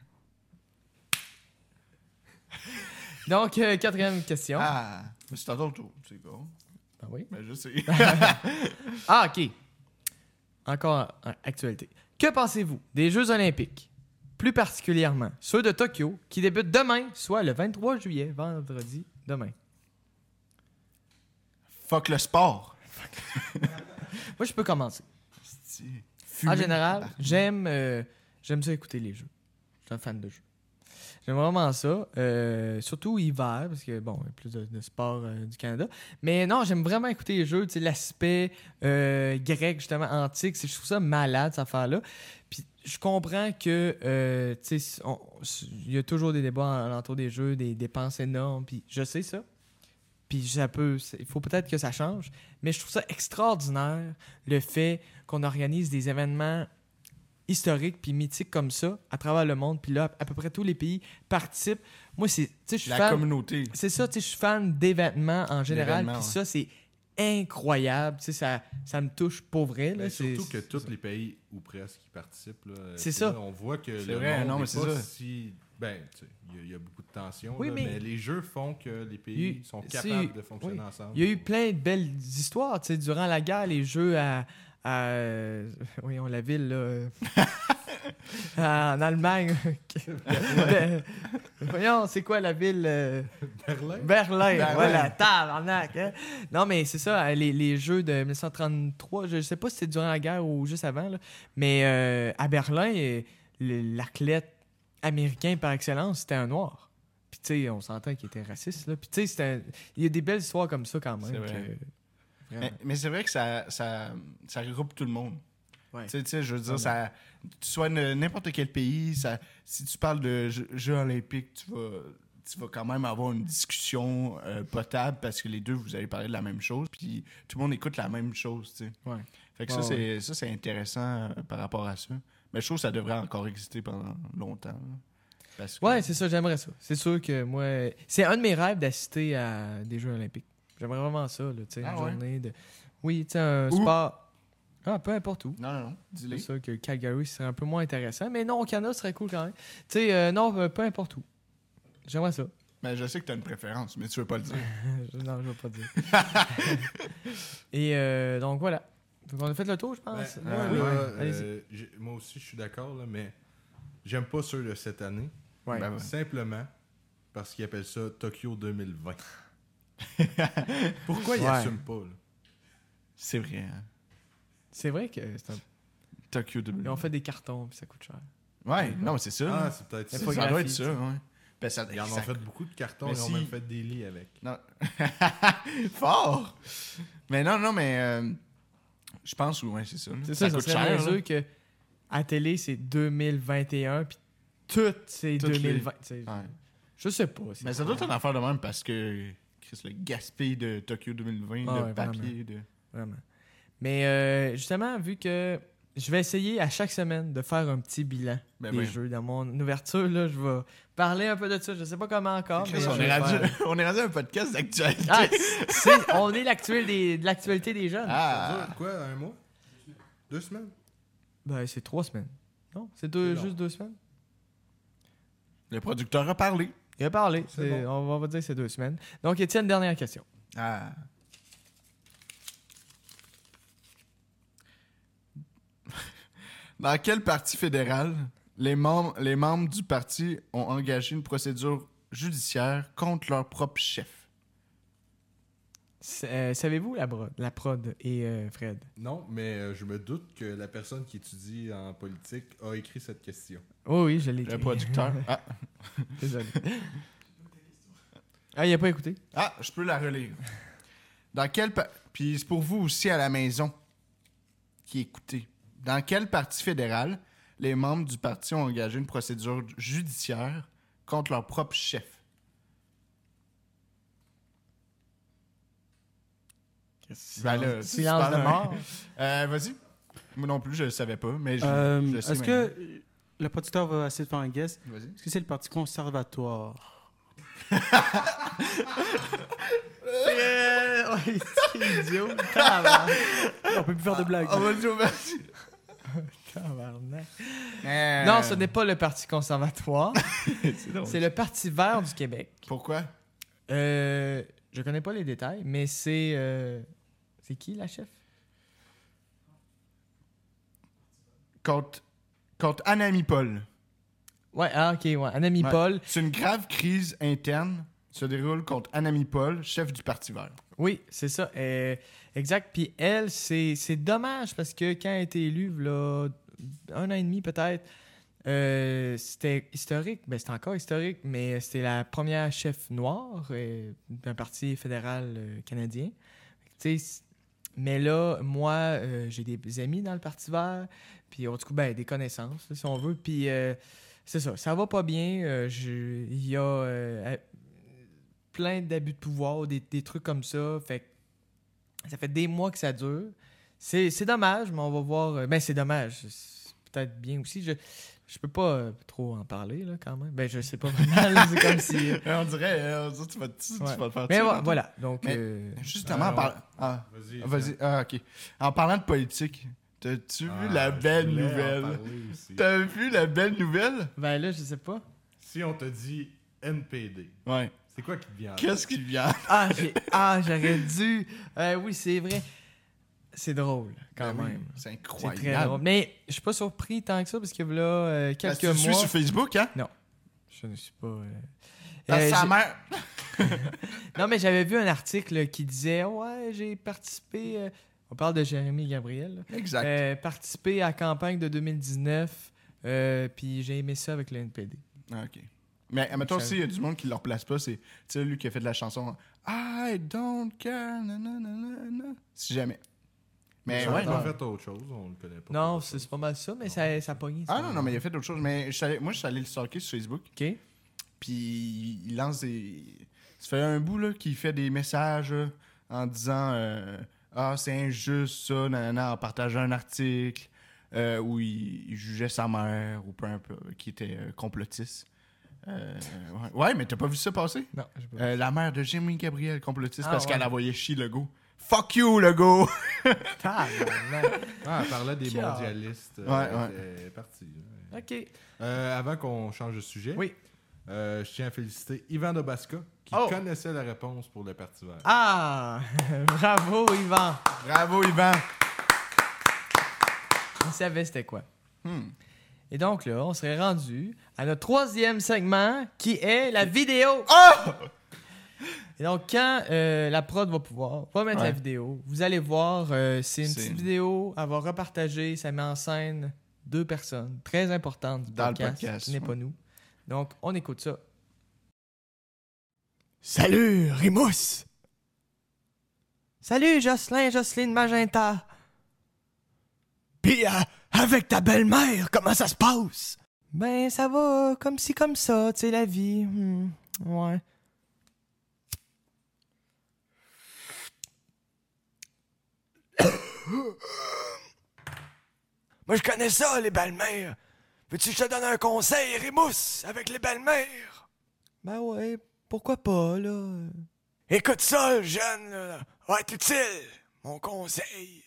Donc, quatrième question. Ah, mais c'est à ton tour. C'est bon. Ben oui. Mais je sais. Ah, OK. Encore actualité. Que pensez-vous des Jeux olympiques, plus particulièrement ceux de Tokyo, qui débutent demain, soit le 23 juillet, vendredi, demain? Fuck le sport. Moi, je peux commencer. Fumer. En général, j'aime ça écouter les jeux. Je suis un fan de jeux. J'aime vraiment ça. Surtout hiver, parce que, bon, il y a plus de sport du Canada. Mais non, j'aime vraiment écouter les jeux. Tu sais, l'aspect grec, justement, antique. Je trouve ça malade, cette affaire-là. Puis je comprends que, tu sais, il y a toujours des débats alentour des jeux, des dépenses énormes. Puis je sais ça. Puis il faut peut-être que ça change. Mais je trouve ça extraordinaire, le fait qu'on organise des événements historiques puis mythiques comme ça à travers le monde. Puis là, à peu près tous les pays participent. Moi, tu sais, je suis La fan... communauté. C'est ça, tu sais, je suis fan d'événements en général. D'événements, Puis ouais. ça, c'est incroyable. Tu sais, ça me touche pour vrai. Là. Mais C'est- surtout que c'est tous ça. les pays ou presque qui participent là, C'est tu ça. sais, on voit que C'est le vrai, monde non, mais est c'est pas ça. si ben tu sais, il y a beaucoup de tensions Oui, là, mais- mais les jeux font que les pays Il- sont c'est- capables de fonctionner oui. ensemble. Il y a eu plein de belles histoires. Tu sais, durant la guerre, les jeux voyons, la ville, là. En Allemagne. Voyons, c'est quoi la ville? Berlin. Berlin, Berlin. voilà, tabarnak. Hein? Non, mais c'est ça, les jeux de 1933, je sais pas si c'est durant la guerre ou juste avant, là, mais à Berlin, l'athlète américain par excellence, c'était un noir. Puis tu sais, on s'entend qu'il était raciste, là. Puis tu sais, il y a des belles histoires comme ça quand même. C'est vrai. que- vraiment. Mais c'est vrai que ça regroupe tout le monde. Ouais. Tu sais, je veux dire, tu sois n'importe quel pays, si tu parles de Jeux olympiques, tu vas quand même avoir une discussion potable parce que les deux, vous allez parler de la même chose, puis tout le monde écoute la même chose, tu sais. Ouais. Fait que Ouais, c'est intéressant par rapport à ça. Mais je trouve que ça devrait encore exister pendant longtemps. Là. Parce que- Ouais, c'est ça, j'aimerais ça. C'est sûr que moi, c'est un de mes rêves d'assister à des Jeux olympiques. J'aimerais vraiment ça, là, tu sais, Ah une ouais? journée de... Oui, tu sais, un Où? sport... Ah, peu importe où. Non, C'est dis-le. sûr que Calgary serait un peu moins intéressant, mais non, au Canada, ce serait cool quand même. Tu sais, non, peu importe où. J'aimerais ça. Mais je sais que tu as une préférence, mais tu veux pas le dire. Non, je vais pas dire. Et donc, voilà. Donc, on a fait le tour, je pense. Ben, Oui. là, Allez-y. moi aussi je suis d'accord là, mais j'aime pas ceux de cette année. Ouais. Ben ouais. Simplement parce qu'ils appellent ça Tokyo 2020. Pourquoi ils Ouais. assument pas là? C'est vrai, hein. C'est vrai que Tokyo 2000. ils ont fait des cartons, puis ça coûte cher. Ouais, non, c'est ça. Ah, c'est peut-être Mais ça. pas Ça doit être graphie, ça, ouais. Ben, ça, Ils en ont ça- fait beaucoup de cartons, Mais ils ont si- même fait des lits avec. Non. Fort! Mais non, mais je pense, ouais, c'est ça. Là. C'est ça, ça coûte serait cher. niaiseux Là. que à télé, c'est 2021, puis tout, c'est Toutes les- 2020. tu sais. Ouais. Je sais pas. c'est Mais ça quoi. doit être une affaire de même parce que Chris, le gaspille de Tokyo 2020, Ah de ouais, papier, de... Vraiment. Mais justement, vu que je vais essayer à chaque semaine de faire un petit bilan Ben des oui. jeux. Dans mon ouverture, là, je vais parler un peu de ça. Je sais pas comment encore, mais Chris, je on, vais est rendu, faire. on est rendu à un podcast d'actualité. Ah, on est de l'actualité des jeunes. Ça Ah. dure quoi, un mois? 2 semaines? Ben, c'est 3 semaines. Non, c'est C'est long. juste 2 semaines. Le producteur a parlé. Il a parlé. C'est bon. On va dire que c'est 2 semaines. Donc, Étienne, dernière question. Ah. Dans quel parti fédéral les membres du parti ont engagé une procédure judiciaire contre leur propre chef? Savez-vous la prod et Fred? Non, mais je me doute que la personne qui étudie en politique a écrit cette question. Oh oui, je l'ai écrit. Le producteur. Ah, Désolé. Ah, il a pas écouté? ah, je peux la relire. Dans quel Puis c'est pour vous aussi à la maison qui écoutez. Dans quel parti fédéral les membres du parti ont engagé une procédure judiciaire contre leur propre chef? Ben là, Silence tu parles de mort. Vas-y. Moi non plus, je le savais pas, mais je le sais Est-ce maintenant. que le producteur va essayer de faire un guess? Vas-y. Est-ce que c'est le Parti conservatoire? Ouais, c'est idiot. Tabarnak. On peut plus faire de blagues. Ah, vas-y, vas-y. Tabarnak. Euh, Non, ce n'est pas le Parti conservatoire. C'est drôle. C'est le Parti vert du Québec. Pourquoi? Je connais pas les détails, mais c'est qui la chef? Contre Anami Paul. Ouais, ah, ok, ouais. Anami Ouais. Paul. C'est une grave crise interne se déroule contre Anami Paul, chef du Parti vert. Oui, c'est ça. Exact. Puis elle, c'est dommage parce que quand elle a été élue, là, 1 an et demi peut-être, c'était historique. Ben, c'est encore historique, mais c'était la première chef noire d'un parti fédéral canadien. Tu sais, mais là, moi, j'ai des amis dans le Parti vert, puis en tout cas, ben, des connaissances, si on veut. Puis c'est ça va pas bien. Il y a plein d'abus de pouvoir, des trucs comme ça. Fait que ça fait des mois que ça dure. C'est dommage, mais on va voir. Ben, c'est dommage. C'est peut-être bien aussi. Je peux pas trop en parler, là, quand même. Ben, je sais pas vraiment. là, c'est comme si. On dirait, tu vas Ouais. le faire Mais tuer, voilà. Donc, Mais- Justement, en on- parlant... Ah, Vas-y. vas-y. Ah, OK. En parlant de politique, t'as-tu vu la belle nouvelle? T'as vu la belle nouvelle? ben là, je sais pas. Si on te dit NPD, Ouais. c'est quoi qui te vient en Qu'est-ce tête? qui vient? J'aurais dû. Oui, c'est vrai. C'est drôle, quand Ben oui, même. c'est C'est très incroyable. drôle. Mais je suis pas surpris tant que ça, parce que là, quelques Tu le suis mois. sur Facebook, hein? Je ne suis pas. Parce que sa j'ai- mère... Non, mais j'avais vu un article là, qui disait ouais, j'ai participé. On parle de Jérémy Gabriel. Là. Exact. Participé à la campagne de 2019. Puis j'ai aimé ça avec le NPD. Ah, OK. Mais admettons aussi, il y a du monde qui ne le replace pas. C'est, tu sais, lui qui a fait de la chanson « I don't care, nanana. » Si jamais. Mais Ça ouais, a non. fait autre chose, on le connaît pas. Non, c'est pas mal ça, mais ça a pogné. Ah non, mais il a fait d'autres choses. Mais moi, je suis allé le stalker sur Facebook. OK. Puis il lance des... Ça fait un bout là, qu'il fait des messages là, en disant ah, c'est injuste ça, nanana, en partageant un article où il jugeait sa mère ou peu importe, qui était complotiste. Ouais, mais t'as pas vu ça passer? Non, j'ai pas. La mère de Jérémy Gabriel, complotiste, Ah, parce ouais. qu'elle envoyait chier Legault. Fuck you, Legault! Tabarnak. Ah, elle parlait des Car- mondialistes. Ouais. Elle est partie. là. OK. Avant qu'on change de sujet, Oui. je tiens à féliciter Yvan Dobaska qui Oh! connaissait la réponse pour le Parti vert. Ah! Bravo, Yvan. Bravo, Yvan! Il savait c'était quoi. Hmm. Et donc là, on serait rendu à notre 3e segment qui est la vidéo. Oh! Et donc, quand la prod va mettre Ouais. la vidéo, vous allez voir, c'est une C'est- petite vidéo, elle va repartager, ça met en scène 2 personnes très importantes du Dans le podcast, podcast, qui n'est ouais. pas nous. Donc, on écoute ça. Salut, Rimousse! Salut, Jocelyne Magenta! Pis, avec ta belle-mère, comment ça se passe? Ben, ça va comme ci, comme ça, tu sais, la vie. Ouais. Moi, je connais ça, les belles-mères. Veux-tu que je te donne un conseil, Rimousse, avec les belles-mères? Ben ouais, pourquoi pas, là? Écoute ça, le jeune, là. Va être utile, mon conseil.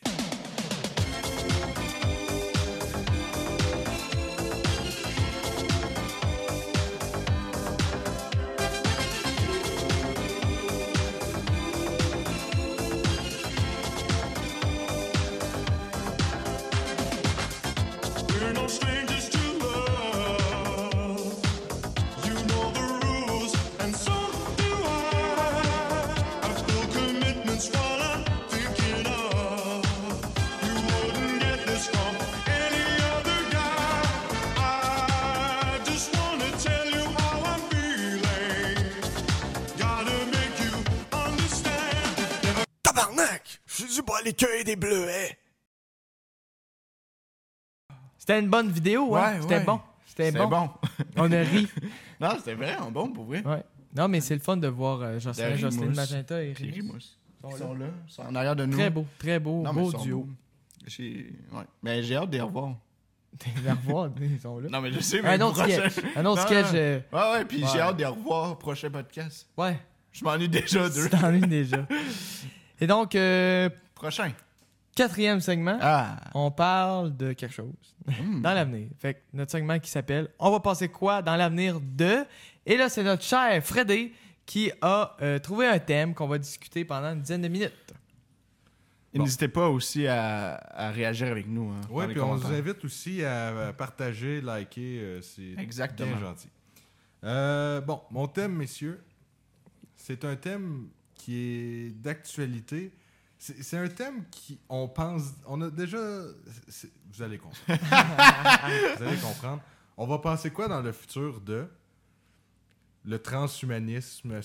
We're no strangers to love. You know the rules, and so do I. I've still commitments while I'm thinking of. You wouldn't get this from any other guy. I just wanna tell you how I'm feeling. Gotta make you understand. Tabarnak! Je suis dû pour aller cueillir des bleuets. C'était une bonne vidéo, hein? Ouais, C'était ouais. bon. C'était C'est bon. On a ri. Non, c'était vraiment bon pour vrai. Ouais. Non, mais c'est le fun de voir Jocelyne Rimousse. Magenta et Puis Rimousse. Rimousse. Ils sont là. Ils sont en arrière de nous. Très beau, Non, mais beau ils sont duo. beaux. Ouais. Mais j'ai hâte de les revoir. Les revoir, ils sont là. Non, mais je sais, mais Un le autre prochain- sketch. Un autre Non, sketch. non. Ouais, puis j'ai Ouais. hâte de les revoir au prochain podcast. Ouais, Je m'ennuie déjà d'eux. tu t'ennuies déjà. Et donc, Prochain. 4e segment, Ah. on parle de quelque chose dans l'avenir. Fait que notre segment qui s'appelle « On va passer quoi dans l'avenir de... » Et là, c'est notre cher Freddy qui a trouvé un thème qu'on va discuter pendant une dizaine de minutes. Et n'hésitez pas aussi à réagir avec nous. Hein, Ouais, dans les puis on vous commentaires. invite aussi à partager, liker, c'est Exactement. bien gentil. Bon, mon thème, messieurs, c'est un thème qui est d'actualité. C'est un thème qui, on pense, on a déjà... Vous allez comprendre. Vous allez comprendre. On va penser quoi dans le futur de le transhumanisme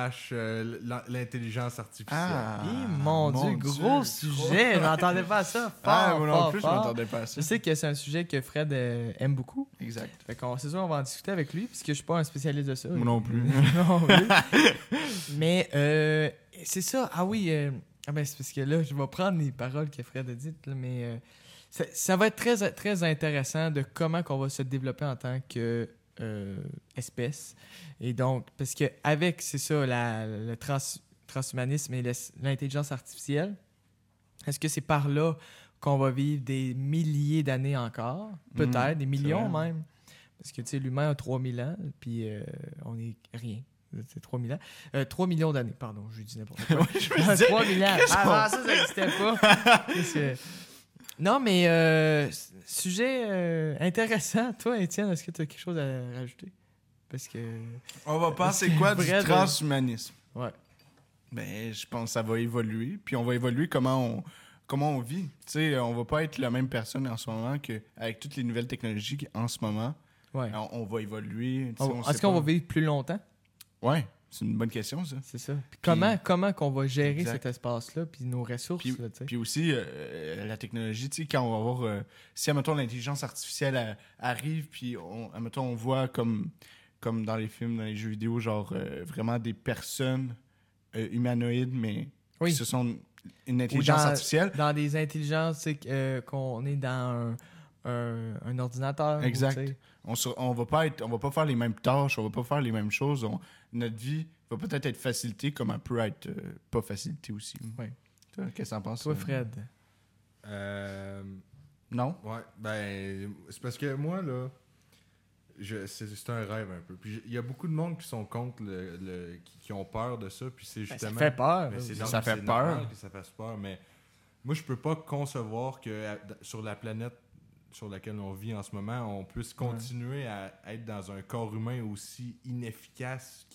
/ l'intelligence artificielle? Ah, Mon Dieu, gros sujet. Je m'attendais pas à ça. Fort, Ah, moi non fort, plus, je fort. m'attendais pas à ça. Je sais que c'est un sujet que Fred aime beaucoup. Exact. Fait qu'on, c'est sûr, on va en discuter avec lui, puisque je suis pas un spécialiste de ça. Moi non plus. Non plus. Mais c'est ça. Ah oui. Ben c'est parce que là, je vais prendre les paroles que Fred a dites, là, mais ça va être très, très intéressant de comment qu'on va se développer en tant que espèce. Et donc, parce que avec, c'est ça, le transhumanisme et l'intelligence artificielle, est-ce que c'est par là qu'on va vivre des milliers d'années encore? Peut-être, des millions vrai. même. Parce que, tu sais, l'humain a 3000 ans, puis on est rien. C'est 3000 ans. 3 millions d'années, pardon, je lui dis n'importe quoi. Ouais, je me disais, 3000 ans. Avant ça n'existait pas. Qu'est-ce que- Non, mais sujet intéressant. Toi, Étienne, est-ce que tu as quelque chose à rajouter? Parce que... On va penser quoi du Vrai de- transhumanisme? Ouais. Ben, je pense que ça va évoluer. Puis on va évoluer comment on vit. Tu sais, on va pas être la même personne en ce moment qu'avec toutes les nouvelles technologies en ce moment. Ouais. On va évoluer. tu sais, on Est-ce sait qu'on pas. va vivre plus longtemps? Ouais, c'est une bonne question, ça. C'est ça. Puis comment qu'on va gérer Exact. cet espace-là, puis nos ressources, Puis, là, tu sais? puis aussi, la technologie, tu sais, quand on va avoir... si, admettons, l'intelligence artificielle arrive, puis, admettons, on voit comme dans les films, dans les jeux vidéo, genre, vraiment des personnes humanoïdes, mais Oui. qui se sont une Ou intelligence artificielle. dans des intelligences, tu sais, qu'on est dans un ordinateur. ou, Exact. tu sais. On va pas faire les mêmes tâches, on va pas faire les mêmes choses. Notre vie va peut-être être facilitée comme elle peut être pas facilitée aussi. Ouais. Toi, qu'est-ce que t'en penses? Toi, Fred. Non? Ouais, ben, c'est parce que moi, là, c'est un rêve un peu. Puis il y a beaucoup de monde qui sont contre, qui ont peur de ça, puis c'est Ben, ça justement... fait peur. Mais là. c'est Ça fait c'est peur. normal que ça fasse peur, mais moi, je peux pas concevoir que sur la planète sur laquelle on vit en ce moment, on puisse continuer à être dans un corps humain aussi inefficace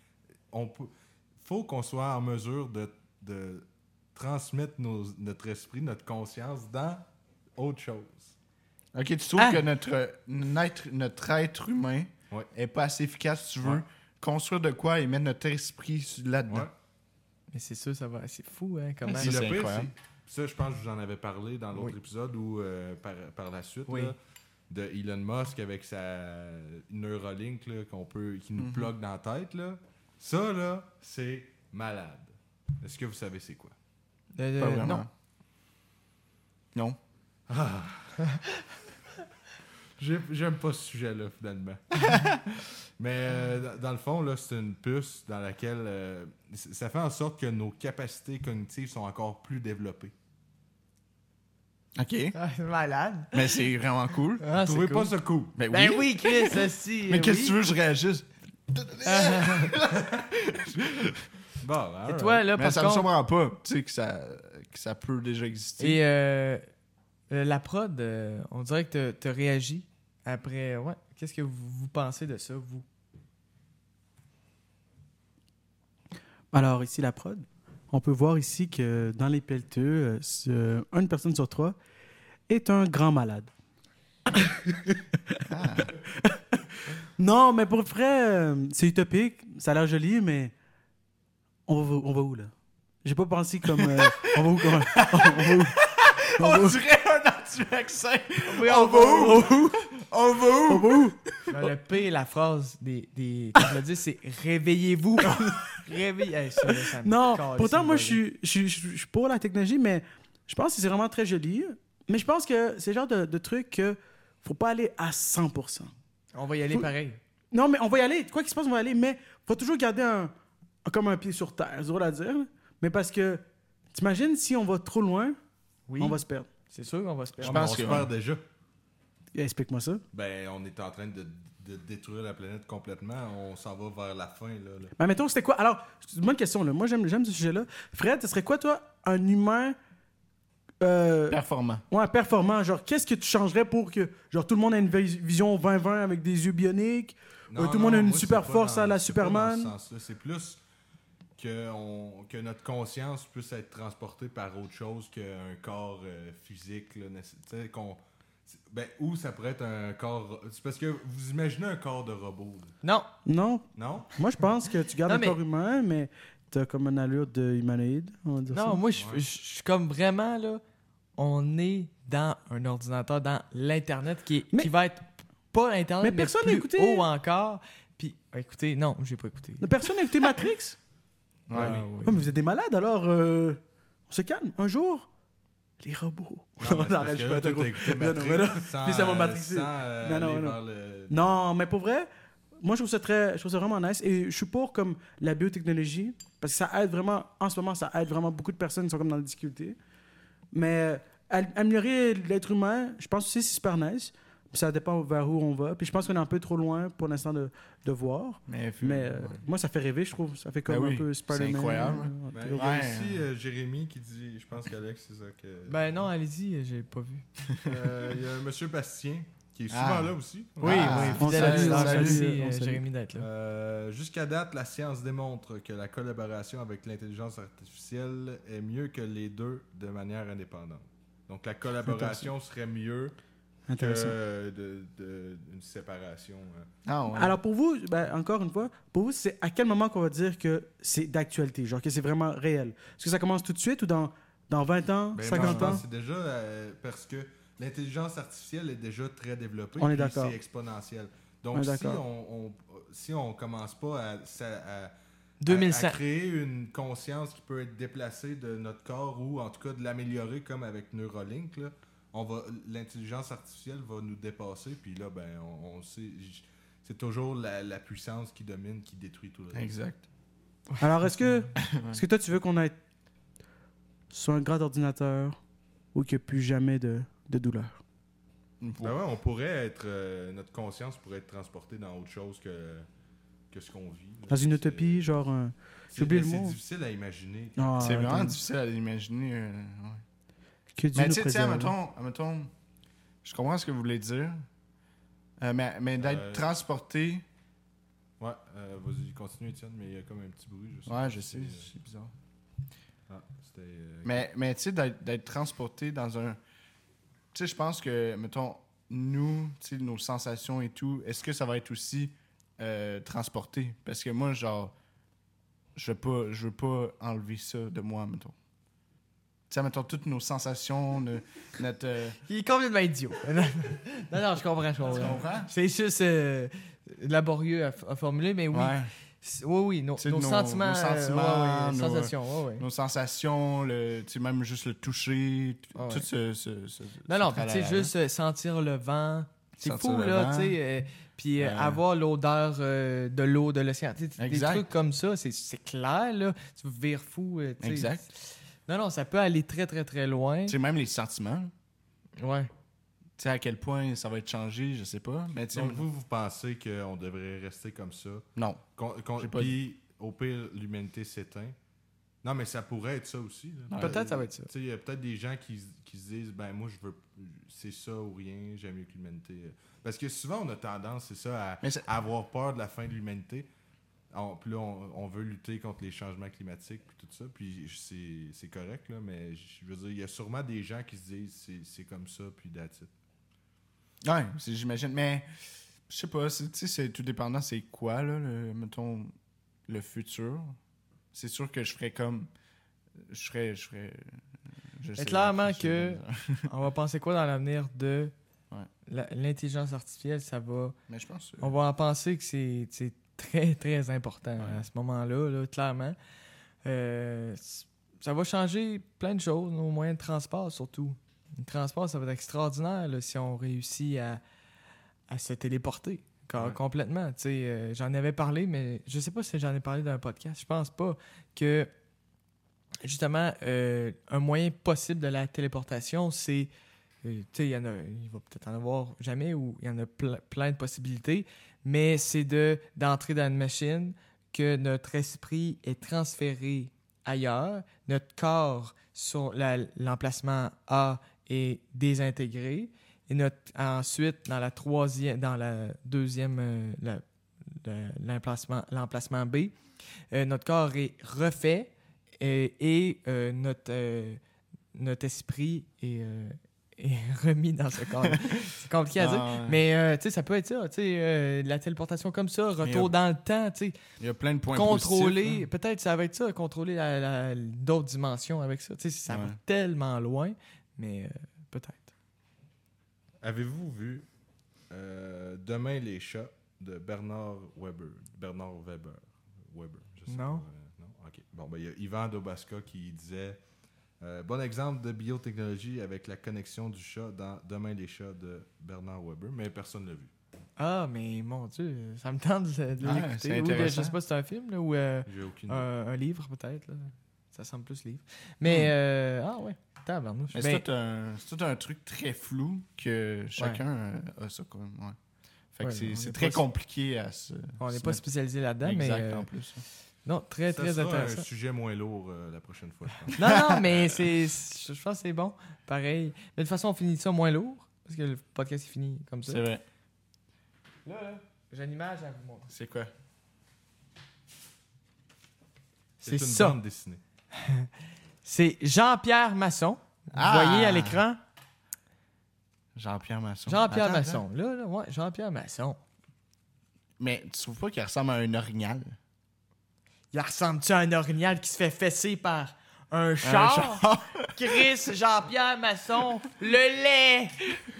faut qu'on soit en mesure de transmettre notre esprit, notre conscience dans autre chose. Ok, tu trouves Ah! que notre être humain Ouais. est pas assez efficace, tu veux, Ouais. construire de quoi et mettre notre esprit là-dedans. Ouais. Mais c'est sûr, ça va. C'est fou, hein, comment. Puis Ça, le c'est pire, incroyable. ça, je pense que j'en avais parlé dans l'autre Oui. épisode ou par la suite Oui. là, de Elon Musk avec sa Neuralink là, qui nous plug dans la tête. Là. Ça, là, c'est malade. Est-ce que vous savez c'est quoi? Pas vraiment. non. Non. J'aime pas ce sujet-là, finalement. Mais dans le fond, là, c'est une puce dans laquelle ça fait en sorte que nos capacités cognitives sont encore plus développées. OK. Ah, c'est malade. Mais c'est vraiment cool. Ah, Vous trouvez c'est pas cool. ça cool? Ben Ben oui, Chris, aussi. Mais qu'est-ce oui. que tu veux, je réagisse? Bon, Et toi, là, Mais par ça me contre... surprend pas, tu sais, que ça peut déjà exister. Et la prod, on dirait que t'as réagi après... Ouais. Qu'est-ce que vous pensez de ça, vous? Alors, ici, la prod. On peut voir ici que dans les pelleteux, une personne sur 3 est un grand malade. Non, mais pour vrai, c'est utopique. Ça a l'air joli, mais on va où, là? J'ai pas pensé comme... on va où, comme... on va où? On dirait un anti-vaccin! Oui, On va où? On va où? On va où? Ben, le pire, la phrase des technologistes, c'est « Réveillez-vous! » Réveillez... Hey, ça, là, ça me Non, calisse pourtant, le moi, bol. je suis pour la technologie, mais je pense que c'est vraiment très joli. Mais je pense que c'est le genre de truc que faut pas aller à 100%. On va y aller Faut- pareil. Non, mais on va y aller. Quoi qu'il se passe, on va y aller, mais faut toujours garder comme un pied sur terre, c'est drôle à dire. Là. Mais parce que, t'imagines, si on va trop loin, Oui, on va se perdre. c'est sûr qu'on va se Je perdre. pense pense qu'on que se perd déjà. Explique-moi ça. Ben, on est en train de détruire la planète complètement. On s'en va vers la fin, là. Mais mettons, c'était quoi? Alors, c'est une bonne question, là. Moi, j'aime ce sujet-là. Fred, ce serait quoi, toi, un humain Performant. ouais, performant? Genre, qu'est-ce que tu changerais pour que, genre, tout le monde ait une vision 20-20 avec des yeux bioniques? Tout le monde a une moi, super c'est pas force dans- à la c'est pas dans ce Superman? sens-là. C'est plus que notre conscience puisse être transportée par autre chose qu'un corps physique. Là, tu sais, ou ça pourrait être un corps... C'est parce que vous imaginez un corps de robot. Là. Non, Non. Non? Moi, je pense que tu gardes Non, un mais- corps humain, mais t'as comme une allure de humanoïde, on va dire ça. non, moi, je suis comme vraiment, là, on est dans un ordinateur, dans l'Internet, qui Mais- va être pas Internet, Mais mais, personne plus n'a écouté. haut encore. Puis, écoutez, non, j'ai pas écouté. Personne n'a écouté Matrix? Ouais. Ah, oui. Ouais, mais vous êtes des malades, alors on se calme. Un jour, les robots. Non, mais c'est arrête, parce je que peux là, pas toi, t'as écouté Non, non, Matrix mais là, sans, puis ça m'a matrixé. sans, Non, non, aller non. vers le... Non, mais pour vrai, moi je trouve ça vraiment nice et je suis pour comme la biotechnologie parce que ça aide vraiment, en ce moment, ça aide vraiment beaucoup de personnes qui sont comme dans des difficultés. Mais améliorer l'être humain, je pense aussi c'est super nice. Puis ça dépend vers où on va. Puis je pense qu'on est un peu trop loin pour l'instant de voir. Mais, Mais moi, ça fait rêver, je trouve. Ça fait comme Ben oui, un peu Spider-Man. c'est incroyable. Ben, il y a aussi Jérémy qui dit... Je pense qu'Alex, c'est ça que... Ben non, allez-y, j'ai pas vu. Il y a un monsieur Bastien qui est souvent Ah. là aussi. Oui, Ah, oui, on fidèle salue, auditeur, on salue, merci, on salue. Jérémy d'être là. Jusqu'à date, la science démontre que la collaboration avec l'intelligence artificielle est mieux que les deux de manière indépendante. Donc la collaboration serait mieux Intéressant. que une séparation. Ah, ouais. Alors pour vous, ben, encore une fois, pour vous, c'est à quel moment qu'on va dire que c'est d'actualité, genre que c'est vraiment réel? Est-ce que ça commence tout de suite ou dans 20 ans, Ben, 50 moi, je ans? pense que c'est déjà parce que l'intelligence artificielle est déjà très développée. On est puis d'accord. C'est exponentiel. On Donc est si d'accord. si on commence pas à 2100. à créer une conscience qui peut être déplacée de notre corps ou en tout cas de l'améliorer comme avec Neuralink, là, l'intelligence artificielle va nous dépasser, puis là, ben, on sait, c'est toujours la puissance qui domine, qui détruit tout le reste. Exact. Alors est-ce que toi tu veux qu'on ait sur un grand ordinateur ou qu'il n'y ait plus jamais de douleur? Ben ouais, on pourrait être, notre conscience pourrait être transportée dans autre chose que ce qu'on vit. là. Dans une C'est- utopie, genre j'ai oublié le c'est mot. difficile à imaginer. Ah, C'est vraiment attends. difficile à l'imaginer. Ouais. Que Dieu Mais nous tu sais, préserve. admettons, je comprends ce que vous voulez dire, mais d'être transporté, Ouais, vas-y, continue Étienne, mais il y a comme un petit bruit. Je sais ouais, pas je si sais, c'est bizarre. c'était, Mais tu sais, d'être transporté dans un... Tu sais, je pense que, mettons, nous, tu sais, nos sensations et tout, est-ce que ça va être aussi transporter. Parce que moi, genre, je veux pas enlever ça de moi, mettons. Tu sais, mettons, toutes nos sensations, notre... Il est complètement idiot. non, je comprends. Tu comprends? C'est juste laborieux à formuler, mais oui. Ouais. Oui, nos Tu sais, nos sentiments. sentiments, nos- sensations, oui. Nos sensations, tu sais, même juste le toucher, Ah ouais. tout ce Non, puis tu sais, tralala. juste sentir le vent. C'est Sentir fou, le là, vent. tu sais. Puis avoir l'odeur de l'eau, de l'océan. Tu sais, des Exact. trucs comme ça, c'est clair, là. Tu veux vire fou. Tu sais. Exact. Non, ça peut aller très, très, très loin. Tu sais, même les sentiments, Ouais. tu sais, à quel point ça va être changé, je sais pas. Mais tu sais, Donc, vous pensez qu'on devrait rester comme ça? non. J'ai pas Puis, au pire, l'humanité s'éteint. Non, mais ça pourrait être ça aussi. là. Peut-être ça va être ça. Tu sais, il y a peut-être des gens qui se disent, ben moi, je veux, c'est ça ou rien, j'aime mieux que l'humanité. Parce que souvent, on a tendance, c'est ça, Mais c'est- à avoir peur de la fin de l'humanité. Puis là, on veut lutter contre les changements climatiques, puis tout ça. Puis c'est correct, là, mais je veux dire, il y a sûrement des gens qui se disent, c'est comme ça, puis that's it. Ouais, j'imagine. Mais, je sais pas, tu sais, c'est tout dépendant, c'est quoi, là, mettons, le futur. C'est sûr que je ferais comme. Je ferais. Je sais, clairement je sais que- pas. On va penser quoi dans l'avenir de Ouais. l'intelligence artificielle? Ça va. Mais je pense. On va en penser que c'est très, très important Ouais. à ce moment-là, là, clairement. Ça va changer plein de choses, nos moyens de transport surtout. Le transport, ça va être extraordinaire là, si on réussit à se téléporter Ouais. complètement. Tu sais, j'en avais parlé, mais je sais pas si j'en ai parlé dans un podcast. Je pense pas que, justement, un moyen possible de la téléportation, c'est... tu sais, il va peut-être en avoir jamais ou il y en a plein de possibilités, mais c'est d'entrer dans une machine, que notre esprit est transféré ailleurs, notre corps sur l'emplacement A est désintégré, et ensuite, dans la deuxième, l'emplacement B, notre corps est refait et notre esprit est remis dans ce corps. C'est compliqué à dire. Ah, ouais. Mais tu sais, ça peut être ça. Tu sais, la téléportation comme ça, retour dans le temps, tu sais, Il y a plein de points contrôler. positifs, hein. Peut-être ça va être ça, contrôler d'autres dimensions avec ça. Tu sais, ça va Ouais. tellement loin, mais peut-être. Avez-vous vu Demain les chats de Bernard Weber? Je sais Non. pas, non? OK. Bon, ben, il y a Yvan Dobasca qui disait bon exemple de biotechnologie avec la connexion du chat dans Demain les chats de Bernard Weber, mais personne ne l'a vu. Ah, mais mon Dieu, ça me tente de Ah, l'écouter. c'est Ou de- je intéressant. sais pas si c'est un film là, ou J'ai aucune idée. un livre, peut-être. Là. Ça semble plus livre. Mais, ah ouais, tabarnouche. Mais Ben, c'est tout un truc très flou que chacun a ça quand même. Ouais. Fait que Ouais, on c'est est très pas- compliqué à se. on n'est se pas mettre- spécialisé là-dedans, Exact, mais en plus. non, très, Ça très sera intéressant. un sujet moins lourd la prochaine fois, je pense. Non, mais je pense que c'est bon. Pareil. Mais de toute façon, on finit ça moins lourd, parce que le podcast est fini comme ça. C'est vrai. Là, j'ai une image à vous montrer. C'est quoi? C'est une ça. bande dessinée. C'est Jean-Pierre Masson. Vous Ah! voyez à l'écran? Jean-Pierre Masson. Jean-Pierre Attends, Masson. Là, ouais, Jean-Pierre Masson. Mais tu trouves pas qu'il ressemble à un orignal? Il ressemble-tu à un orignal qui se fait fesser par un char? Chris Jean-Pierre Masson, le lait!